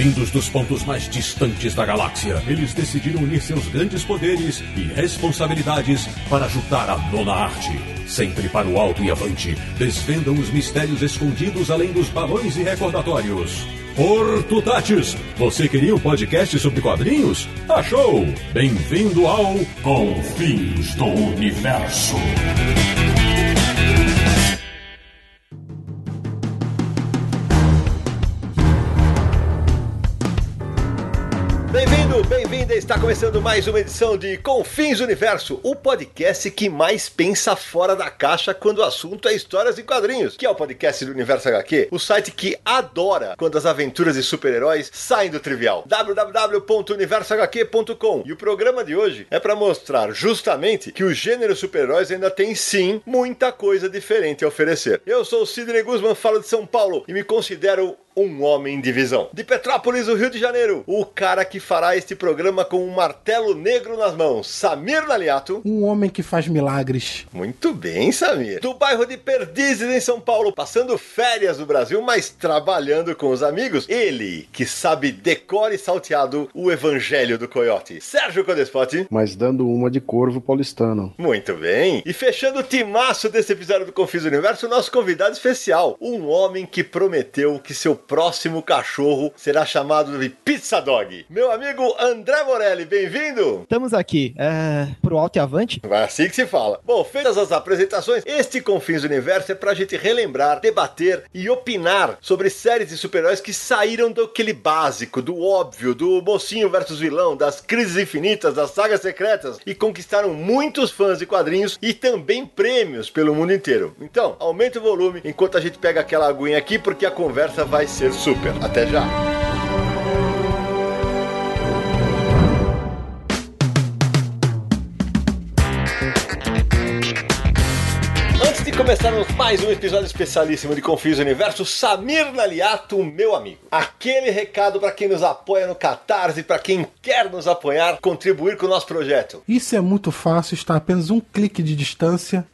Vindos dos pontos mais distantes da galáxia, eles decidiram unir seus grandes poderes e responsabilidades para ajudar a nona arte. Sempre para o alto e avante, desvendam os mistérios escondidos além dos balões e recordatórios. Ortutatis, você queria um podcast sobre quadrinhos? Achou! Bem-vindo ao Confins do Universo. Bem-vinda! Está começando mais uma edição de Confins do Universo, o podcast que mais pensa fora da caixa quando o assunto é histórias e quadrinhos, que é o podcast do Universo HQ, o site que adora quando as aventuras de super-heróis saem do trivial. www.universohq.com. E o programa de hoje é para mostrar justamente que o gênero super-heróis ainda tem sim muita coisa diferente a oferecer. Eu sou o Sidney Guzman, falo de São Paulo e me considero um homem de visão. De Petrópolis, o Rio de Janeiro, o cara que fará este programa com um martelo negro nas mãos, Samir Naliato. Um homem que faz milagres. Muito bem, Samir. Do bairro de Perdizes, em São Paulo, passando férias no Brasil, mas trabalhando com os amigos, ele que sabe decore salteado o evangelho do coiote, Sérgio Codespot. Mas dando uma de corvo paulistano. Muito bem. E fechando o timaço desse episódio do Confins do Universo, o nosso convidado especial, um homem que prometeu que seu próximo cachorro será chamado de Pizza Dog. Meu amigo André Morelli, bem-vindo! Estamos aqui, pro alto e avante. Vai assim que se fala. Bom, feitas as apresentações, este Confins do Universo é pra gente relembrar, debater e opinar sobre séries de super-heróis que saíram daquele básico, do óbvio, do mocinho versus vilão, das crises infinitas, das sagas secretas e conquistaram muitos fãs de quadrinhos e também prêmios pelo mundo inteiro. Então, aumenta o volume enquanto a gente pega aquela aguinha aqui porque a conversa vai ser super. Até já! Começarmos mais um episódio especialíssimo de Confins do Universo, Samir Naliato, meu amigo. Aquele recado para quem nos apoia no Catarse, para quem quer nos apoiar, contribuir com o nosso projeto. Isso é muito fácil, está a apenas um clique de distância,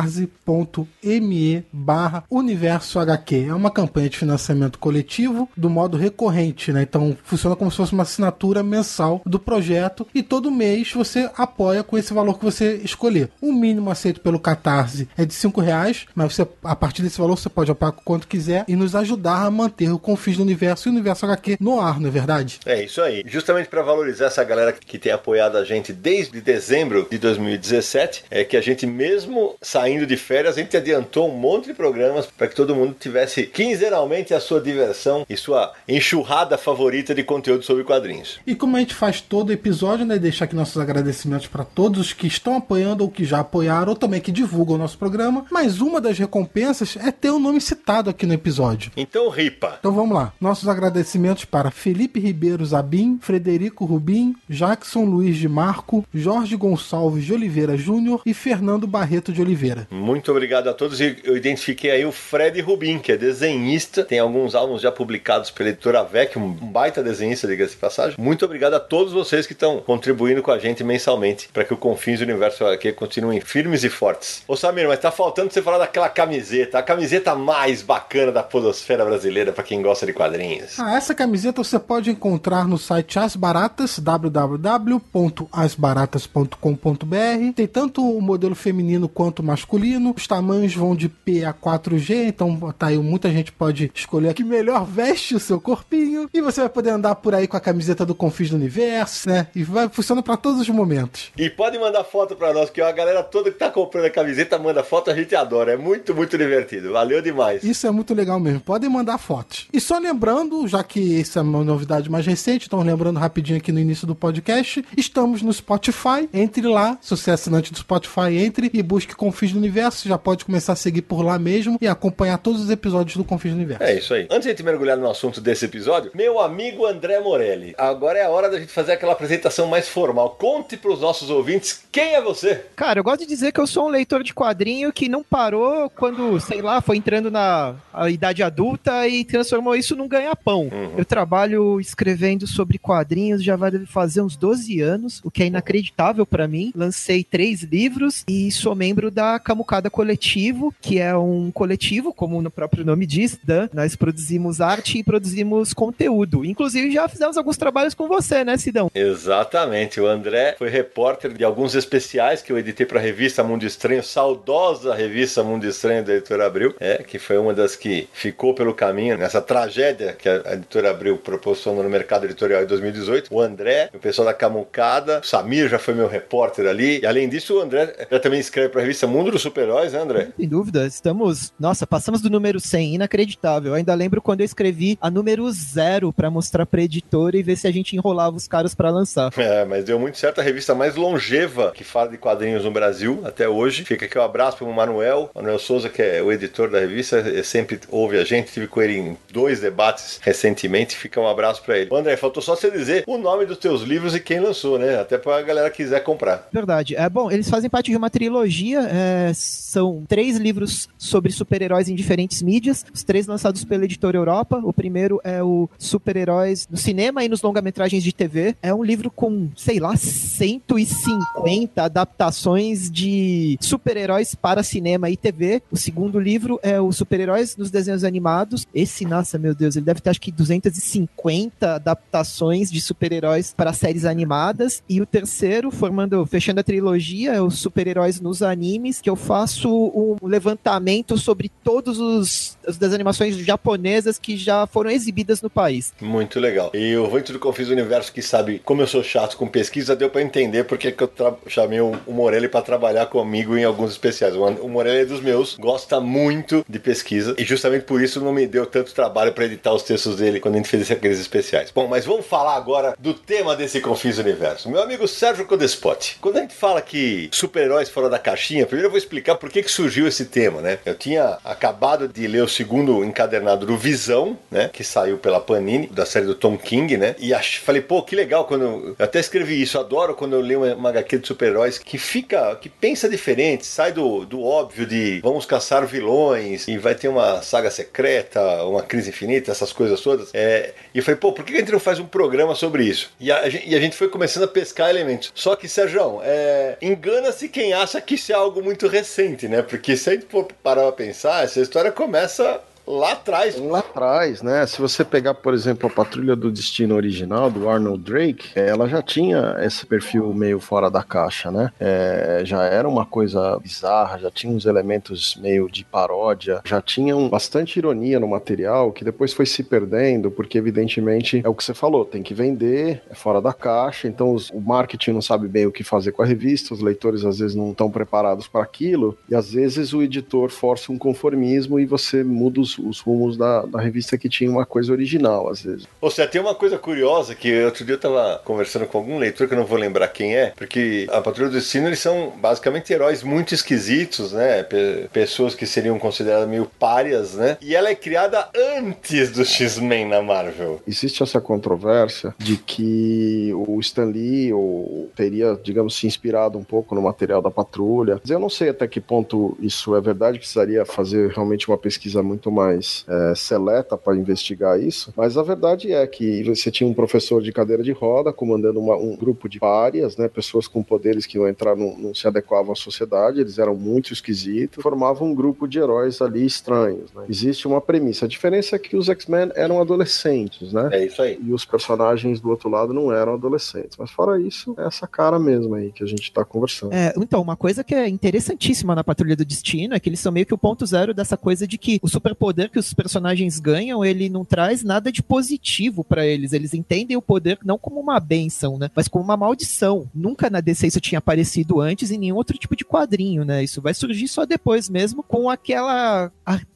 catarse.me/Universo HQ. É uma campanha de financiamento coletivo do modo recorrente, né? Então funciona como se fosse uma assinatura mensal do projeto e todo mês você apoia com esse valor que você escolher. O mínimo aceito pelo Catarse é de R$5, mas você, a partir desse valor você pode apoiar quanto quiser e nos ajudar a manter o Confins do Universo e o Universo HQ no ar, não é verdade? É isso aí. Justamente para valorizar essa galera que tem apoiado a gente desde dezembro de 2017, é que a gente mesmo saindo de férias, a gente adiantou um monte de programas para que todo mundo tivesse quinzenalmente a sua diversão e sua enxurrada favorita de conteúdo sobre quadrinhos. E como a gente faz todo episódio, né, deixar aqui nossos agradecimentos para todos os que estão apoiando ou que já apoiaram ou também que divulgam o nosso programa, mas uma das recompensas é ter o nome citado aqui no episódio. Então ripa. Então vamos lá. Nossos agradecimentos para Felipe Ribeiro Zabim, Frederico Rubim, Jackson Luiz de Marco, Jorge Gonçalves de Oliveira Júnior e Fernando Barreto de Oliveira. Muito obrigado a todos. Eu identifiquei aí o Fred Rubim, que é desenhista, tem alguns álbuns já publicados pela editora VEC, um baita desenhista, diga-se de passagem. Muito obrigado a todos vocês que estão contribuindo com a gente mensalmente para que o Confins do Universo aqui continuem firmes e fortes. Ô Samir, mas tá faltando você falar daquela camiseta, a camiseta mais bacana da podosfera brasileira para quem gosta de quadrinhos. Essa camiseta você pode encontrar no site As Baratas, www.asbaratas.com.br. Tem tanto o modelo feminino quanto o masculino. Os tamanhos vão de P a 4G, então tá aí, muita gente pode escolher a que melhor veste o seu corpinho. E você vai poder andar por aí com a camiseta do Confins do Universo, né? E funciona para todos os momentos. E pode mandar foto para nós, porque a galera toda que tá comprando a camiseta manda foto, a gente adora. É muito, muito divertido. Valeu demais. Isso é muito legal mesmo. Podem mandar fotos. E só lembrando, já que isso é uma novidade mais recente, então lembrando rapidinho aqui no início do podcast, estamos no Spotify. Entre lá, se você é assinante do Spotify, entre e busque Confins do Universo. Já pode começar a seguir por lá mesmo e acompanhar todos os episódios do Confins do Universo. É isso aí. Antes de a gente mergulhar no assunto desse episódio, meu amigo André Morelli, agora é a hora da gente fazer aquela apresentação mais formal. Conte pros nossos ouvintes quem é você. Cara, eu gosto de dizer que eu sou um leitor de quadrinho que não não parou quando, sei lá, foi entrando na idade adulta e transformou isso num ganha-pão. Eu trabalho escrevendo sobre quadrinhos, já vai fazer uns 12 anos, o que é inacreditável pra mim. Lancei 3 livros e sou membro da Camucada Coletivo, que é um coletivo, como o próprio nome diz, nós produzimos arte e produzimos conteúdo. Inclusive já fizemos alguns trabalhos com você, né, Sidão? Exatamente, o André foi repórter de alguns especiais que eu editei para a revista Mundo Estranho, saudosa revista Mundo Estranho da Editora Abril, que foi uma das que ficou pelo caminho nessa tragédia que a Editora Abril proporcionou no mercado editorial em 2018. O André, o pessoal da Camucada, o Samir já foi meu repórter ali, e além disso o André já também escreve para a revista Mundo dos Super-Heróis, né, André? Sem dúvida, passamos do número 100, inacreditável. Eu ainda lembro quando eu escrevi a número 0 para mostrar pra editora e ver se a gente enrolava os caras para lançar. Mas deu muito certo, a revista mais longeva que fala de quadrinhos no Brasil até hoje. Fica aqui um abraço pro Manuel Souza, que é o editor da revista, sempre ouve a gente, tive com ele em 2 debates recentemente, fica um abraço pra ele. André, faltou só você dizer o nome dos teus livros e quem lançou, né? Até pra galera que quiser comprar. Verdade. Bom, eles fazem parte de uma trilogia, são 3 livros sobre super-heróis em diferentes mídias, os 3 lançados pela Editora Europa. O primeiro é o Super-Heróis no cinema e nos longa-metragens de TV. É um livro com, sei lá, 150 adaptações de super-heróis para cinema e TV. O segundo livro é o Super-Heróis nos desenhos animados. Esse, nossa, meu Deus, ele deve ter acho que 250 adaptações de super-heróis para séries animadas. E o terceiro, fechando a trilogia, é o Super-Heróis nos animes, que eu faço um levantamento sobre todos das animações japonesas que já foram exibidas no país. Muito legal. E o Vento do Confins do Universo, que sabe como eu sou chato com pesquisa, deu pra entender porque que eu chamei o Morelli pra trabalhar comigo em alguns especiais. O Morelli é dos meus, gosta muito de pesquisa e justamente por isso não me deu tanto trabalho pra editar os textos dele quando a gente fez aqueles especiais. Bom, mas vamos falar agora do tema desse Confins do Universo. Meu amigo Sérgio Codespot, quando a gente fala que super-heróis fora da caixinha, primeiro eu vou explicar por que surgiu esse tema, né? Eu tinha acabado de ler o segundo encadernado do Visão, né? Que saiu pela Panini, da série do Tom King, né? E falei, pô, que legal quando eu até escrevi isso, adoro quando eu leio uma HQ de super-heróis que pensa diferente, sai do óbvio de vamos caçar vilões e vai ter uma saga secreta, uma crise infinita, essas coisas todas. E eu falei, pô, por que a gente não faz um programa sobre isso? E a gente foi começando a pescar elementos. Só que, Sérgio, engana-se quem acha que isso é algo muito recente, né? Porque se a gente for parar pra pensar, essa história começa lá atrás. Lá atrás, né? Se você pegar, por exemplo, a Patrulha do Destino original, do Arnold Drake, ela já tinha esse perfil meio fora da caixa, né? Já era uma coisa bizarra, já tinha uns elementos meio de paródia, já tinha bastante ironia no material, que depois foi se perdendo, porque evidentemente é o que você falou, tem que vender, é fora da caixa, então o marketing não sabe bem o que fazer com a revista, os leitores às vezes não estão preparados para aquilo, e às vezes o editor força um conformismo e você muda os rumos da revista que tinha uma coisa original, às vezes. Você tem uma coisa curiosa que outro dia eu tava conversando com algum leitor que eu não vou lembrar quem é, porque a Patrulha do Destino, eles são basicamente heróis muito esquisitos, né? Pessoas que seriam consideradas meio párias, né? E ela é criada antes do X-Men na Marvel. Existe essa controvérsia de que o Stan Lee teria, digamos, se inspirado um pouco no material da Patrulha. Mas eu não sei até que ponto isso é verdade, precisaria fazer realmente uma pesquisa muito mais seleta para investigar isso, mas a verdade é que você tinha um professor de cadeira de roda comandando um grupo de párias, né, pessoas com poderes que não se adequavam à sociedade, eles eram muito esquisitos, formavam um grupo de heróis ali estranhos, né? Existe uma premissa, a diferença é que os X-Men eram adolescentes, né? É isso aí. E os personagens do outro lado não eram adolescentes, mas fora isso, é essa cara mesmo aí que a gente tá conversando. Então, uma coisa que é interessantíssima na Patrulha do Destino é que eles são meio que o ponto zero dessa coisa de que o superpoder que os personagens ganham, ele não traz nada de positivo pra eles. Eles entendem o poder não como uma bênção, né? Mas como uma maldição. Nunca na DC isso tinha aparecido antes em nenhum outro tipo de quadrinho, né? Isso vai surgir só depois mesmo com aquela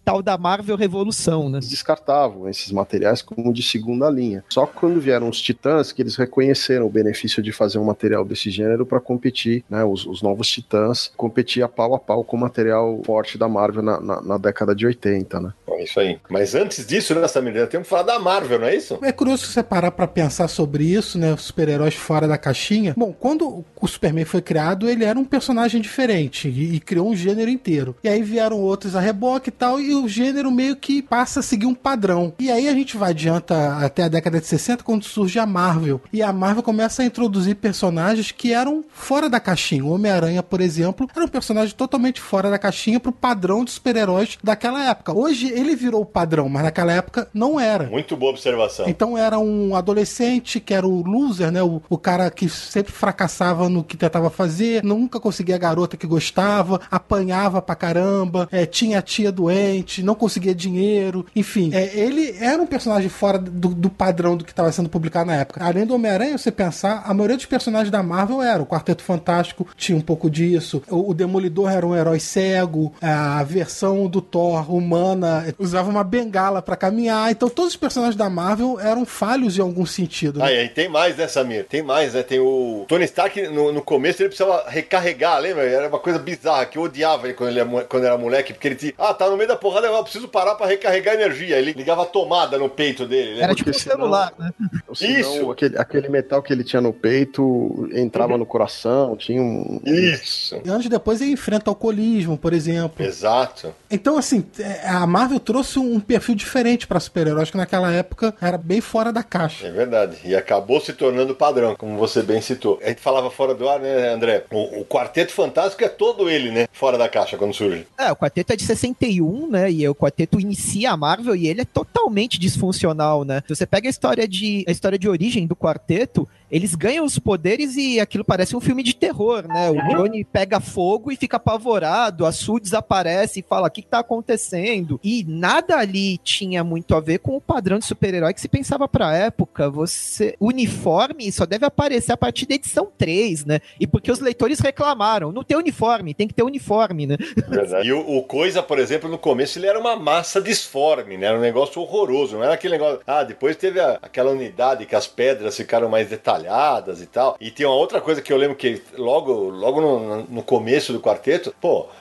tal da Marvel Revolução, né? Eles descartavam esses materiais como de segunda linha. Só quando vieram os Titãs que eles reconheceram o benefício de fazer um material desse gênero para competir, né? Os novos Titãs competir pau a pau com o material forte da Marvel na década de 80, né? É isso aí. Mas antes disso, né, Samir, temos que falar da Marvel, não é isso? É curioso você parar pra pensar sobre isso, né? Os super-heróis fora da caixinha. Bom, quando o Superman foi criado, ele era um personagem diferente e criou um gênero inteiro. E aí vieram outros a reboque e tal, e o gênero meio que passa a seguir um padrão. E aí a gente adianta até a década de 60, quando surge a Marvel. E a Marvel começa a introduzir personagens que eram fora da caixinha. O Homem-Aranha, por exemplo, era um personagem totalmente fora da caixinha pro padrão de super-heróis daquela época. Hoje ele virou o padrão, mas naquela época não era. Muito boa observação. Então era um adolescente que era o loser, né? O cara que sempre fracassava no que tentava fazer, nunca conseguia a garota que gostava, apanhava pra caramba, tinha a tia doente, não conseguia dinheiro, enfim. Ele era um personagem fora do padrão do que estava sendo publicado na época. Além do Homem-Aranha, você pensar, a maioria dos personagens da Marvel era o Quarteto Fantástico, tinha um pouco disso, o Demolidor era um herói cego, a versão do Thor humana usava uma bengala pra caminhar, então todos os personagens da Marvel eram falhos em algum sentido. Né? Aí tem mais, né, Samir? Tem mais, né? Tem o Tony Stark, no começo ele precisava recarregar, lembra? Era uma coisa bizarra, que eu odiava ele quando era moleque, porque ele tinha, tá no meio da porrada, eu preciso parar pra recarregar energia. Ele ligava a tomada no peito dele. Era tipo um celular, né? Isso! Aquele metal que ele tinha no peito entrava no coração, tinha um... Isso! E anos depois ele enfrenta alcoolismo, por exemplo. Exato. Então, assim, a Marvel trouxe um perfil diferente pra super-heróis, que naquela época era bem fora da caixa. É verdade. E acabou se tornando padrão, como você bem citou. A gente falava fora do ar, né, André? O Quarteto Fantástico é todo ele, né? Fora da caixa, quando surge. O Quarteto é de 61, né? E o Quarteto inicia a Marvel e ele é totalmente disfuncional, né? Se você pega a história de origem do Quarteto, eles ganham os poderes e aquilo parece um filme de terror, né? O Johnny pega fogo e fica apavorado, a Sue desaparece e fala, o que tá acontecendo? E nada ali tinha muito a ver com o padrão de super-herói que se pensava pra época. O uniforme só deve aparecer a partir da edição 3, né? E porque os leitores reclamaram, não tem uniforme, tem que ter uniforme, né? Verdade. E o Coisa, por exemplo, no começo ele era uma massa disforme, né? Era um negócio horroroso, não era aquele negócio... depois teve aquela unidade que as pedras ficaram mais detalhadas e tal. E tem uma outra coisa que eu lembro que logo no começo do quarteto,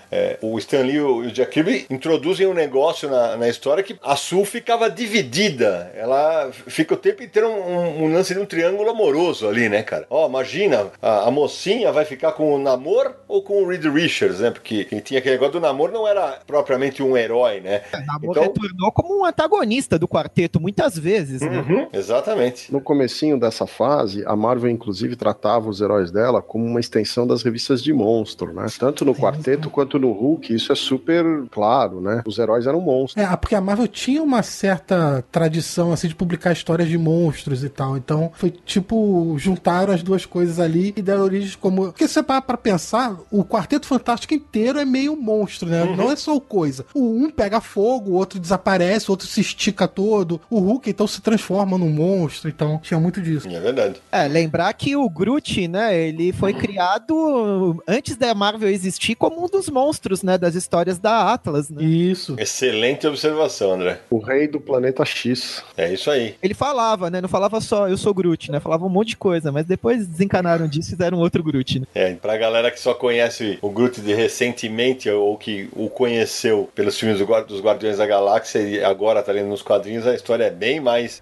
o Stan Lee e o Jack Kirby introduzem um negócio na história que a Sue ficava dividida. Ela fica o tempo inteiro um lance de um triângulo amoroso ali, né, cara? Imagina, a mocinha vai ficar com o Namor ou com o Reed Richards, né? Porque quem tinha aquele negócio do Namor não era propriamente um herói, né? O Namor retornou como um antagonista do quarteto muitas vezes, né? Exatamente. No comecinho dessa fase, a Marvel inclusive tratava os heróis dela como uma extensão das revistas de monstro, né? Tanto no quarteto quanto no Hulk, isso é super claro, né? Os heróis eram monstros. Porque a Marvel tinha uma certa tradição, assim, de publicar histórias de monstros e tal. Então, foi tipo, juntaram as duas coisas ali e deram origem como... Porque se você parar pra pensar, o Quarteto Fantástico inteiro é meio monstro, né? Não é só o Coisa. O um pega fogo, o outro desaparece, o outro se estica todo. O Hulk, então, se transforma num monstro. Então, tinha muito disso. É verdade. Lembrar que o Groot, né? Ele foi criado antes da Marvel existir como um dos monstros, né, das histórias da Atlas, né? Isso. Excelente observação, André. O rei do planeta X. É isso aí. Ele falava, né? Não falava só eu sou Groot, né? Falava um monte de coisa, mas depois desencanaram disso e fizeram outro Groot, né? Pra galera que só conhece o Groot de recentemente ou que o conheceu pelos filmes dos Guardiões da Galáxia e agora tá lendo nos quadrinhos, a história é bem mais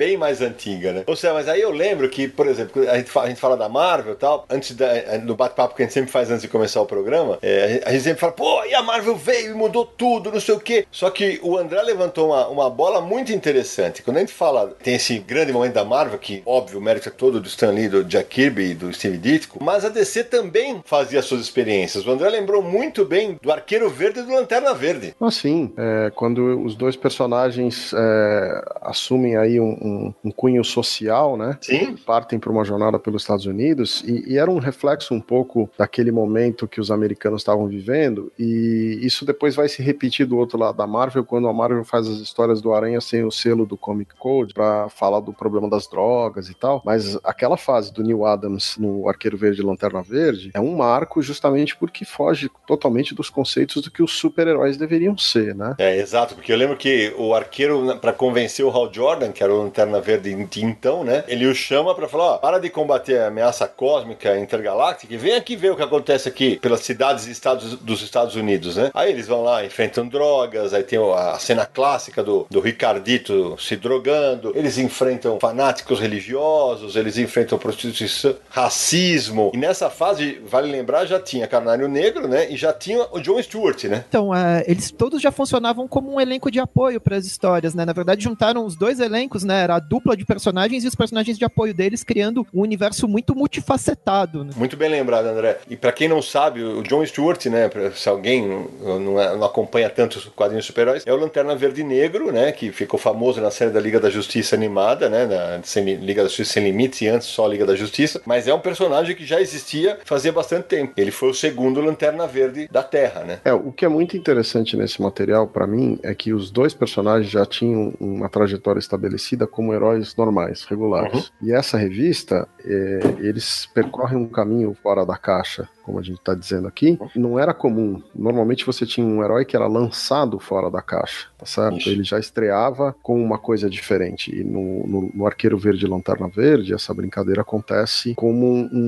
antiga, né? Ou seja, mas aí eu lembro que, por exemplo, a gente fala da Marvel e tal, antes no bate-papo que a gente sempre faz antes de começar o programa, a gente sempre fala, e a Marvel veio e mudou tudo, não sei o quê. Só que o André levantou uma bola muito interessante. Quando a gente fala, tem esse grande momento da Marvel, que, óbvio, o mérito é todo do Stan Lee, do Jack Kirby e do Steve Ditko, mas a DC também fazia suas experiências. O André lembrou muito bem do Arqueiro Verde e do Lanterna Verde. Sim, quando os dois personagens assumem aí um cunho social, né? Sim. partem para uma jornada pelos Estados Unidos e era um reflexo um pouco daquele momento que os americanos estavam vivendo, e isso depois vai se repetir do outro lado da Marvel, quando a Marvel faz as histórias do Aranha sem o selo do Comic Code para falar do problema das drogas e tal, mas aquela fase do Neil Adams no Arqueiro Verde e Lanterna Verde é um marco justamente porque foge totalmente dos conceitos do que os super-heróis deveriam ser, né? Exato, porque eu lembro que o Arqueiro, para convencer o Hal Jordan, que era o Lanterna Verde então, né, ele o chama para falar, para de combater a ameaça cósmica intergaláctica e vem aqui ver o que acontece aqui pelas cidades e estados dos Estados Unidos, né? Aí eles vão lá, enfrentam drogas, aí tem a cena clássica do Ricardito se drogando, eles enfrentam fanáticos religiosos, eles enfrentam prostituição, racismo, e nessa fase, vale lembrar, já tinha Canário Negro, né, e já tinha o John Stewart, né? Então, eles todos já funcionavam como um elenco de apoio para as histórias, né? Na verdade, juntaram os dois elencos, né? Era a dupla de personagens e os personagens de apoio deles, criando um universo muito multifacetado, né? Muito bem lembrado, André. E pra quem não sabe, o John Stewart, né, se alguém não acompanha tanto os quadrinhos super-heróis, é o Lanterna Verde Negro, né, que ficou famoso na série da Liga da Justiça animada, né, Liga da Justiça Sem Limites, e antes só Liga da Justiça, mas é um personagem que já existia fazia bastante tempo. Ele foi o segundo Lanterna Verde da Terra, né? O que é muito interessante nesse material, pra mim, é que os dois personagens já tinham uma trajetória estabelecida como heróis normais, regulares. E essa revista, eles percorrem um caminho fora da caixa, como a gente está dizendo aqui. Não era comum. Normalmente você tinha um herói que era lançado fora da caixa, tá certo? Isso. Ele já estreava com uma coisa diferente. E no Arqueiro Verde e Lanterna Verde, essa brincadeira acontece como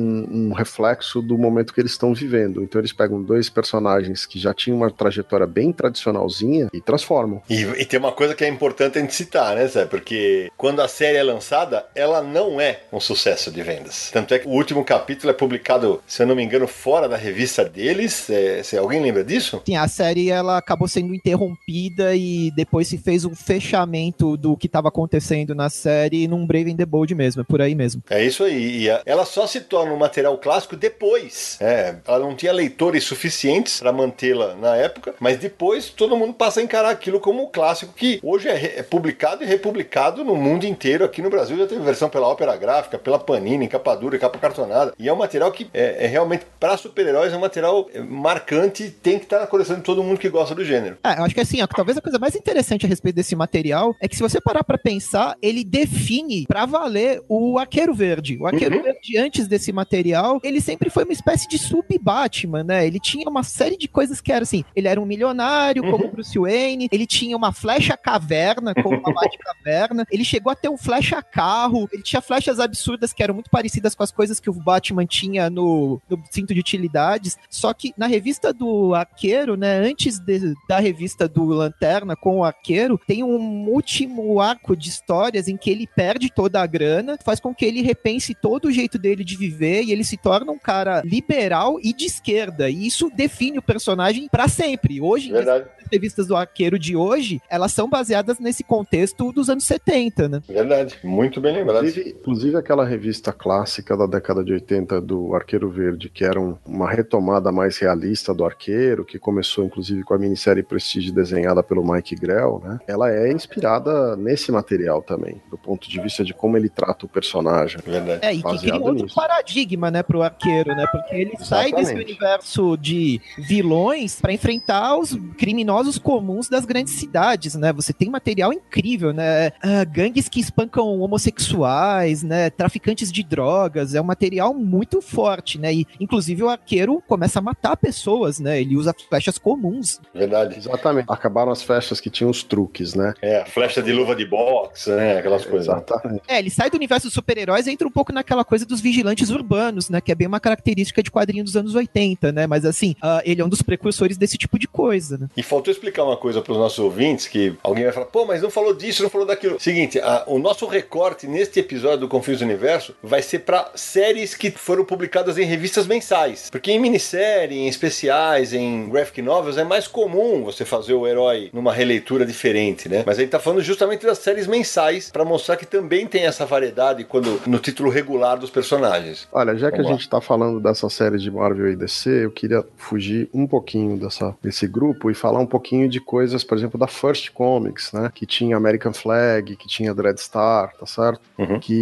um reflexo do momento que eles estão vivendo. Então eles pegam dois personagens que já tinham uma trajetória bem tradicionalzinha e transformam. E tem uma coisa que é importante a gente citar, né, Zé? Porque quando a série é lançada, ela não é um sucesso de vendas. Tanto é que o último capítulo é publicado, se eu não me engano, fora da revista deles. Se alguém lembra disso? Sim, a série ela acabou sendo interrompida e depois se fez um fechamento do que estava acontecendo na série num Brave and the Bold mesmo, é por aí mesmo. É isso aí. E ela só se torna um material clássico depois. Ela não tinha leitores suficientes para mantê-la na época, mas depois todo mundo passa a encarar aquilo como um clássico que hoje é publicado e republicado no mundo inteiro. Aqui no Brasil já teve versão pela Ópera Gráfica, pela Panini, capa dura, capa cartonada. E é um material que é realmente, para super-heróis, é um material marcante, tem que estar na coleção de todo mundo que gosta do gênero. Eu acho que assim, talvez a coisa mais interessante a respeito desse material é que se você parar pra pensar, ele define pra valer o Arqueiro Verde. O Arqueiro Verde, antes desse material, ele sempre foi uma espécie de sub-Batman, né? Ele tinha uma série de coisas que era assim, ele era um milionário, como Bruce Wayne, ele tinha uma flecha caverna, como uma Batcaverna, ele chegou a ter um flecha carro, ele tinha flechas absurdas que eram muito parecidas com as coisas que o Batman tinha no cinto de utilidades, só que na revista do Arqueiro, né, antes da revista do Lanterna com o Arqueiro, tem um último arco de histórias em que ele perde toda a grana, faz com que ele repense todo o jeito dele de viver e ele se torna um cara liberal e de esquerda, e isso define o personagem pra sempre. Hoje, Verdade. as revistas do Arqueiro de hoje, elas são baseadas nesse contexto dos anos 70, né? Verdade, muito bem lembrado. Inclusive aquela revista clássica da década de 80 do Arqueiro Verde, que era uma retomada mais realista do Arqueiro, que começou inclusive com a minissérie Prestige desenhada pelo Mike Grell, né? Ela é inspirada nesse material também, do ponto de vista de como ele trata o personagem. Verdade. E que cria um outro paradigma, né, pro Arqueiro, né? Porque ele sai desse universo de vilões pra enfrentar os criminosos comuns das grandes cidades, né? Você tem material incrível, né? Gangues que espancam homossexuais, né? Traficantes de drogas, é um material muito forte, né? E, inclusive, o Arqueiro começa a matar pessoas, né? Ele usa flechas comuns. Verdade. Exatamente. Acabaram as flechas que tinham os truques, né? Flecha de luva de boxe, né? Aquelas coisas. Exatamente. Ele sai do universo dos super-heróis e entra um pouco naquela coisa dos vigilantes urbanos, né? Que é bem uma característica de quadrinho dos anos 80, né? Mas, assim, ele é um dos precursores desse tipo de coisa, né? E faltou explicar uma coisa para os nossos ouvintes, que alguém vai falar, pô, mas não falou disso, não falou daquilo. Seguinte, o nosso recorte neste episódio do Confins do Universo vai ser para séries que foram publicadas em revistas mensais. Porque em minissérie, em especiais, em graphic novels, é mais comum você fazer o herói numa releitura diferente, né? Mas a gente tá falando justamente das séries mensais, para mostrar que também tem essa variedade no título regular dos personagens. Olha, já que a gente tá falando dessa série de Marvel e DC, eu queria fugir um pouquinho desse grupo e falar um pouquinho de coisas, por exemplo, da First Comics, né? Que tinha American Flag, que tinha Dreadstar, tá certo? Que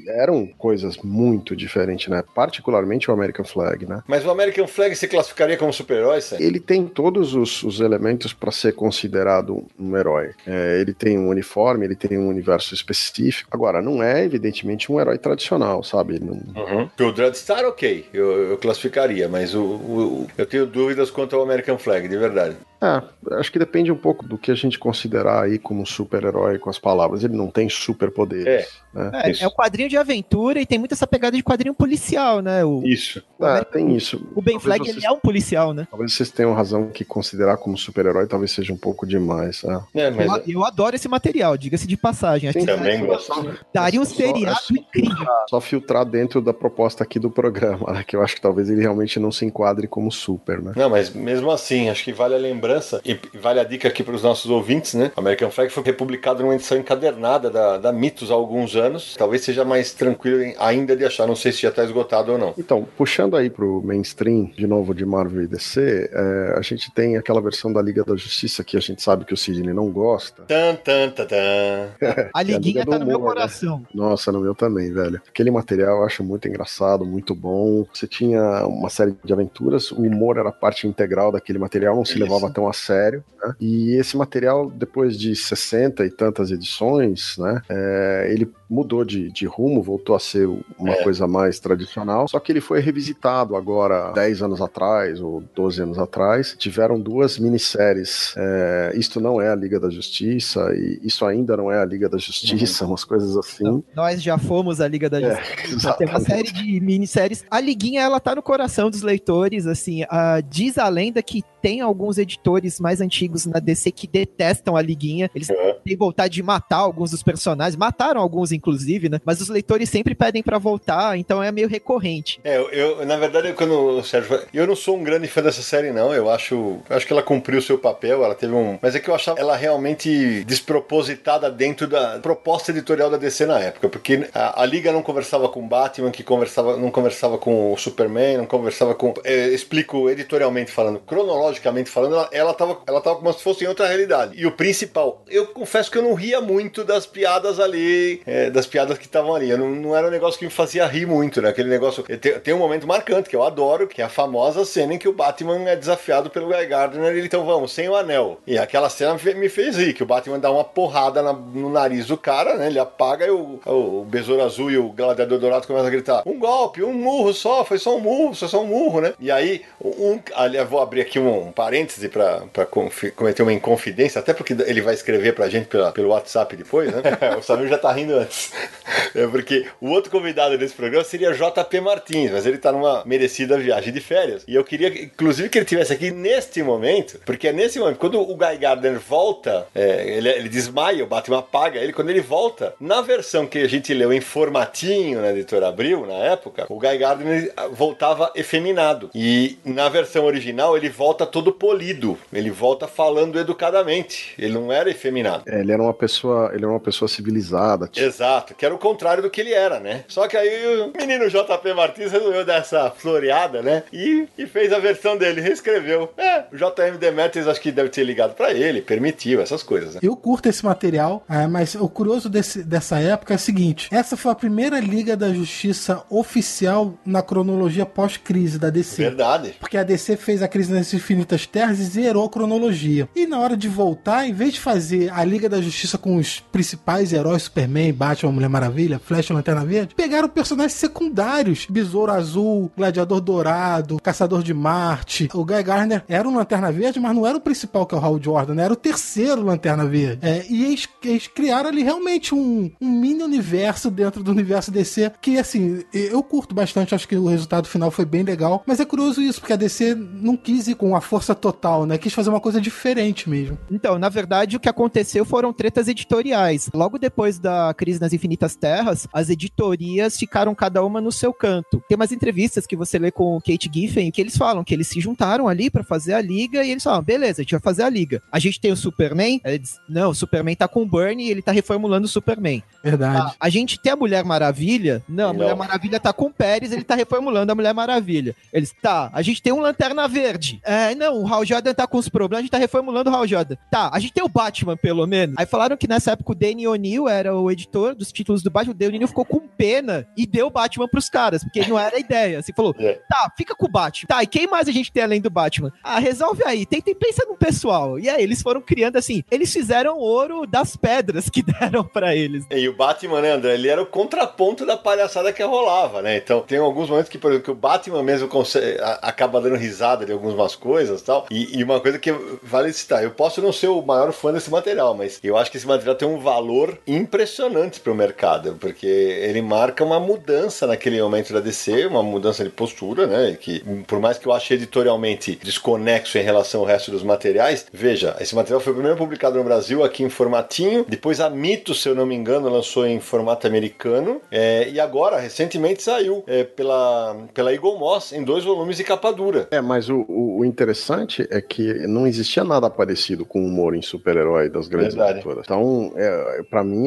que eram coisas muito diferentes, né? Particularmente o American Flag, né? Mas o American Flag se classificaria como super-herói, Sam? Ele tem todos os elementos para ser considerado um herói. Ele tem um uniforme, ele tem um universo específico. Agora, não é, evidentemente, um herói tradicional, sabe? Não... O Dreadstar, ok, eu classificaria, mas eu tenho dúvidas quanto ao American Flag, de verdade. Acho que depende um pouco do que a gente considerar aí como super-herói com as palavras. Ele não tem superpoderes. É um quadrinho de aventura e tem muito essa pegada de quadrinho policial, né? Isso. Tem isso. O Ben Flag, ele é um policial, né? Talvez vocês tenham razão que considerar como super-herói talvez seja um pouco demais. Mas eu adoro esse material, diga-se de passagem. Acho que também gosto. daria um seriado incrível. Só filtrar dentro da proposta aqui do programa, né? Que eu acho que talvez ele realmente não se enquadre como super, né? Não, mas mesmo assim, acho que vale a lembrança e vale a dica aqui para os nossos ouvintes, né? American Flag foi republicado numa edição encadernada da Mythos há alguns anos. Talvez seja mais tranquilo ainda de achar. Não sei se já está esgotado ou não. Então, puxando aí pro mainstream, de novo, de Marvel e DC, a gente tem aquela versão da Liga da Justiça que a gente sabe que o Sidney não gosta. A Liguinha tá no meu humor, coração. Né? Nossa, no meu também, velho. Aquele material eu acho muito engraçado, muito bom. Você tinha uma série de aventuras, o humor era parte integral daquele material, não se levava tão a sério, né? E esse material, depois de 60 e tantas edições, né, ele mudou de rumo, voltou a ser uma coisa mais tradicional, só que ele foi revisitado agora 10 anos atrás, ou 12 anos atrás. Tiveram 2 minisséries. Isto não é a Liga da Justiça, e isso ainda não é a Liga da Justiça, umas coisas assim. Não, nós já fomos a Liga da Justiça. Tem uma série de minisséries. A Liguinha, ela tá no coração dos leitores, assim, diz a lenda que tem alguns editores mais antigos na DC que detestam a Liguinha. Eles têm vontade de matar alguns dos personagens. Mataram alguns, inclusive, né? Mas os leitores sempre pedem pra voltar, então é meio recorrente. Na verdade, eu não sou um grande fã dessa série, não. Eu acho que ela cumpriu o seu papel, ela teve mas é que eu achava ela realmente despropositada dentro da proposta editorial da DC na época, porque a Liga não conversava com o Batman, não conversava com o Superman, não conversava com... explico editorialmente falando, cronologicamente falando, ela tava como se fosse em outra realidade. E o principal, eu confesso que eu não ria muito das piadas ali, das piadas que estavam ali. Não era um negócio que me fazia rir muito, né? Aquele negócio... Tem um momento marcante que eu adoro, que é a famosa cena em que o Batman é desafiado pelo Guy Gardner, e então vamos, sem o anel. E aquela cena me fez rir, que o Batman dá uma porrada no nariz do cara, né? Ele apaga e o Besouro Azul e o Gladiador Dourado começam a gritar: um golpe, um murro só, foi só um murro, né? E aí, eu vou abrir aqui um parêntese pra cometer uma inconfidência, até porque ele vai escrever pra gente pelo WhatsApp depois, né? O Samir já tá rindo antes. Porque o outro convidado desse programa seria JP Martins, mas ele tá numa merecida viagem de férias. E eu queria, inclusive, que ele estivesse aqui neste momento, porque é nesse momento, quando o Guy Gardner volta, ele desmaia, o Batman apaga ele, quando ele volta, na versão que a gente leu em formatinho na Editora Abril, na época, o Guy Gardner voltava efeminado. E na versão original, ele volta todo polido, ele volta falando educadamente, ele não era efeminado. Ele era uma pessoa civilizada. Tipo. Exato, que era o contrário do que ele era, né? Só que aí o menino JP Martins resolveu dar essa floreada, né? E fez a versão dele, reescreveu. O JM Demetrius acho que deve ter ligado pra ele, permitiu essas coisas, né? Eu curto esse material, mas o curioso dessa época é o seguinte: essa foi a primeira Liga da Justiça oficial na cronologia pós-crise da DC. Verdade. Porque a DC fez a Crise nas Infinitas Terras e zerou a cronologia. E na hora de voltar, em vez de fazer a Liga da Justiça com os principais heróis, Superman, Batman, Mulher Maravilha, Flash e Lanterna Verde, pegaram personagens secundários: Besouro Azul, Gladiador Dourado, Caçador de Marte. O Guy Gardner era um Lanterna Verde, mas não era o principal, que é o Hal Jordan, né? Era o terceiro Lanterna Verde. E eles criaram ali realmente um mini universo dentro do universo DC, que assim, eu curto bastante, acho que o resultado final foi bem legal, mas é curioso isso, porque a DC não quis ir com a força total, né? Quis fazer uma coisa diferente mesmo. Então, na verdade, o que aconteceu foram tretas editoriais. Logo depois da Crise nas Infinitas Terras, as editorias ficaram cada uma no seu canto. Tem umas entrevistas que você lê com o Kate Giffen, que eles falam que eles se juntaram ali pra fazer a Liga, e eles falam: beleza, a gente vai fazer a Liga. A gente tem o Superman? Eles, não, o Superman tá com o Bernie e ele tá reformulando o Superman. Verdade. A gente tem a Mulher Maravilha? Não, a Mulher Maravilha tá com o Pérez, ele tá reformulando a Mulher Maravilha. Eles, tá, a gente tem um Lanterna Verde. Não, o Hal Jordan tá com os problemas, a gente tá reformulando o Hal Jordan. Tá, a gente tem o Batman, pelo menos. Aí falaram que nessa época o Danny O'Neill era o editor dos títulos do Batman. O Danny O'Neill ficou com pena e deu o Batman pros caras, porque não era a ideia. Assim, falou, tá, fica com o Batman. Tá, e quem mais a gente tem além do Batman? Ah, resolve aí, pensa no pessoal. E aí eles foram criando assim, eles fizeram ouro das pedras que deram pra eles. E o Batman, né, André, ele era o contraponto da palhaçada que rolava, né? Então tem alguns momentos que, por exemplo, que o Batman mesmo acaba dando risada de algumas coisas e tal. E uma coisa que vale citar, eu posso não ser o maior fã desse material, mas eu acho que esse material tem um valor impressionante pro mercado, porque ele marca uma mudança naquele momento da DC, uma mudança de postura, né? Que, por mais que eu ache editorialmente desconexo em relação ao resto dos materiais, veja, esse material foi primeiro publicado no Brasil aqui em formatinho, depois a Mito, se eu não me engano, lançou em formato americano, e agora, recentemente, saiu pela Eagle Moss em 2 volumes de capa dura. Mas o interessante é que não existia nada parecido com o humor em super-herói das grandes editoras. Então, pra mim,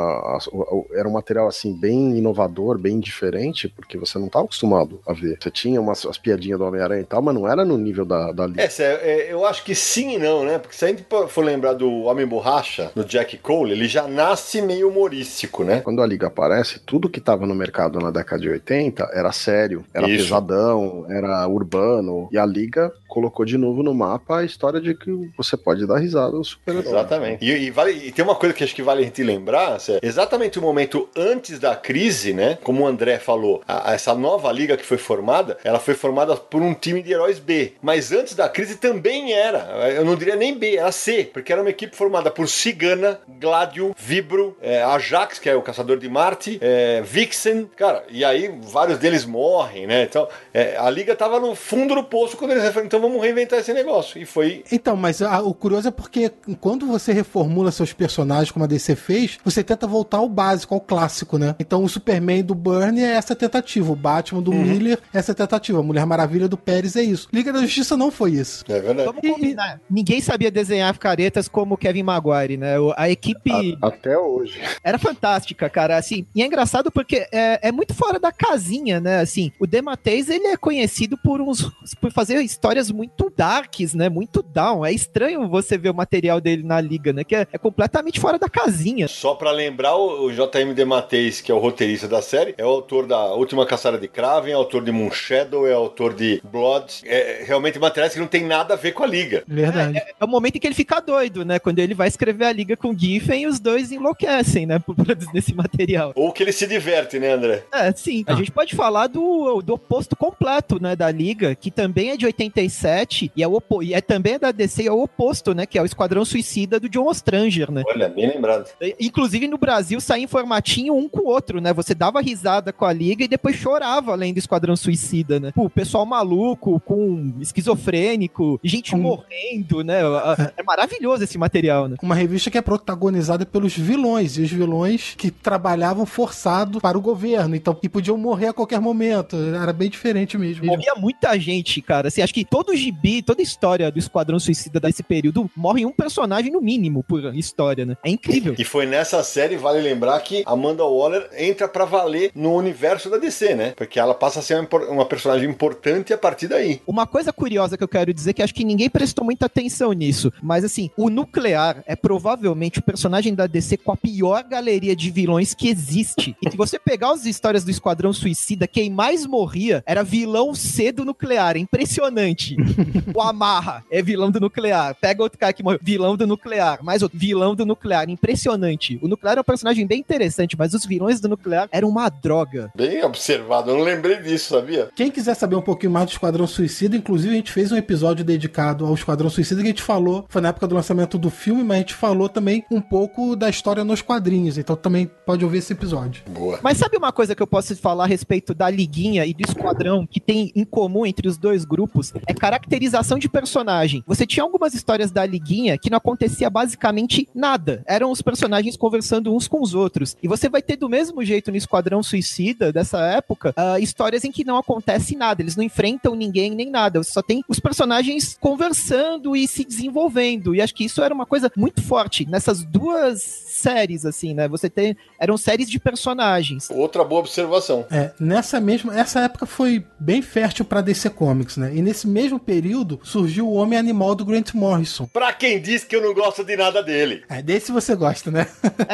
era um material assim bem inovador, bem diferente, porque você não estava acostumado a ver. Você tinha as piadinhas do Homem-Aranha e tal, mas não era no nível da Liga. Eu acho que sim e não, né? Porque se a gente for lembrar do Homem-Borracha, do Jack Cole, ele já nasce meio humorístico, né? Quando a Liga aparece, tudo que estava no mercado na década de 80 era sério, era pesadão, era urbano, e a Liga colocou de novo no mapa a história de que você pode dar risada aos super-heróis. Exatamente. E tem uma coisa que acho que vale a gente lembrar, exatamente o momento antes da crise, né? Como o André falou, essa nova Liga que foi formada, ela foi formada por um time de heróis B. Mas antes da crise também era, eu não diria nem B, era C, porque era uma equipe formada por Cigana, Gladio, Vibro, Ajax, que é o Caçador de Marte, Vixen, cara, e aí vários deles morrem, né? Então, a Liga tava no fundo do poço quando eles referiram, então vamos reinventar esse negócio. E foi... Então, mas o curioso é porque quando você reformula seus personagens, como a DC fez, você tenta voltar ao básico, ao clássico, né? Então o Superman do Byrne é essa tentativa, o Batman do Miller é essa tentativa, a Mulher Maravilha do Pérez é isso. Liga da Justiça não foi isso. É verdade. Vamos combinar. Ninguém sabia desenhar caretas como Kevin Maguire, né? A equipe... Até hoje. Era fantástica, cara, assim, e é engraçado porque é muito fora da casinha, né, assim, o DeMatteis, ele é conhecido por fazer histórias muito darks, né, muito down, é estranho você ver o material dele na Liga, né, que é completamente fora da casinha. Só pra lembrar, o J.M. DeMatteis, que é o roteirista da série, é o autor da Última Caçada de Kraven, é autor de Moonshadow, é autor de Blood, realmente materiais que não tem nada a ver com a Liga. Verdade. É o momento em que ele fica doido, né, quando ele vai escrever a Liga com o Giffen e os dois enlouquecem, né, por produzir esse material. Ou que ele se diverte, né, André? Sim. A gente pode falar do oposto completo, né, da Liga, que também é de 87 e também é da DC, é o oposto, né, que é o Esquadrão Suicida do John Ostrander, né? Olha, bem lembrado. Inclusive no Brasil saía em formatinho um com o outro, né? Você dava risada com a Liga e depois chorava além do Esquadrão Suicida, né? Pô, pessoal maluco, com esquizofrênico, gente morrendo, né? É maravilhoso esse material, né? Uma revista que é protagonizada pelos vilões, e os vilões que trabalhavam forçado para o governo, então que podiam morrer a qualquer momento, era bem diferente mesmo. Morria muita gente, cara, assim, acho que todo gibi, toda história do Esquadrão Suicida desse período, morre um personagem no mínimo por história, né? É incrível. E foi nessa série, vale lembrar, que Amanda Waller entra pra valer no universo da DC, né? Porque ela passa a ser uma personagem importante a partir daí. Uma coisa curiosa que eu quero dizer, que acho que ninguém prestou muita atenção nisso, mas assim, o Nuclear é provavelmente o personagem da DC com a pior galeria de vilões que existe. E se você pegar as histórias do Esquadrão Suicida, quem mais morria era vilão C do Nuclear. É impressionante. O Amarra é vilão do Nuclear. Pega outro cara que morreu, vilão do Nuclear. Mais outro, vilão do Nuclear. Impressionante. O Nuclear é um personagem bem interessante, mas os vilões do Nuclear eram uma droga. Bem observado, eu não lembrei disso, sabia? Quem quiser saber um pouquinho mais do Esquadrão Suicida, inclusive a gente fez um episódio dedicado ao Esquadrão Suicida que a gente falou, foi na época do lançamento do filme, mas a gente falou também um pouco da história nos quadrinhos, então também pode ouvir esse episódio. Boa. Mas sabe uma coisa que eu posso falar a respeito da Liguinha e do Esquadrão que tem em comum entre os dois grupos? É caracterização de personagem. Você tinha algumas histórias da Liguinha que não acontecia basicamente nada. Eram os personagens conversando uns com os outros. E você vai ter do mesmo jeito no Esquadrão Suicida dessa época, histórias em que não acontece nada. Eles não enfrentam ninguém nem nada. Você só tem os personagens conversando e se desenvolvendo. E acho que isso era uma coisa muito forte nessas duas séries, assim, né? Eram séries de personagens. Outra boa observação. Essa época foi bem fértil pra DC Comics, né? E nesse mesmo mesmo período surgiu o Homem-Animal do Grant Morrison. Pra quem diz que eu não gosto de nada dele. Desse você gosta, né?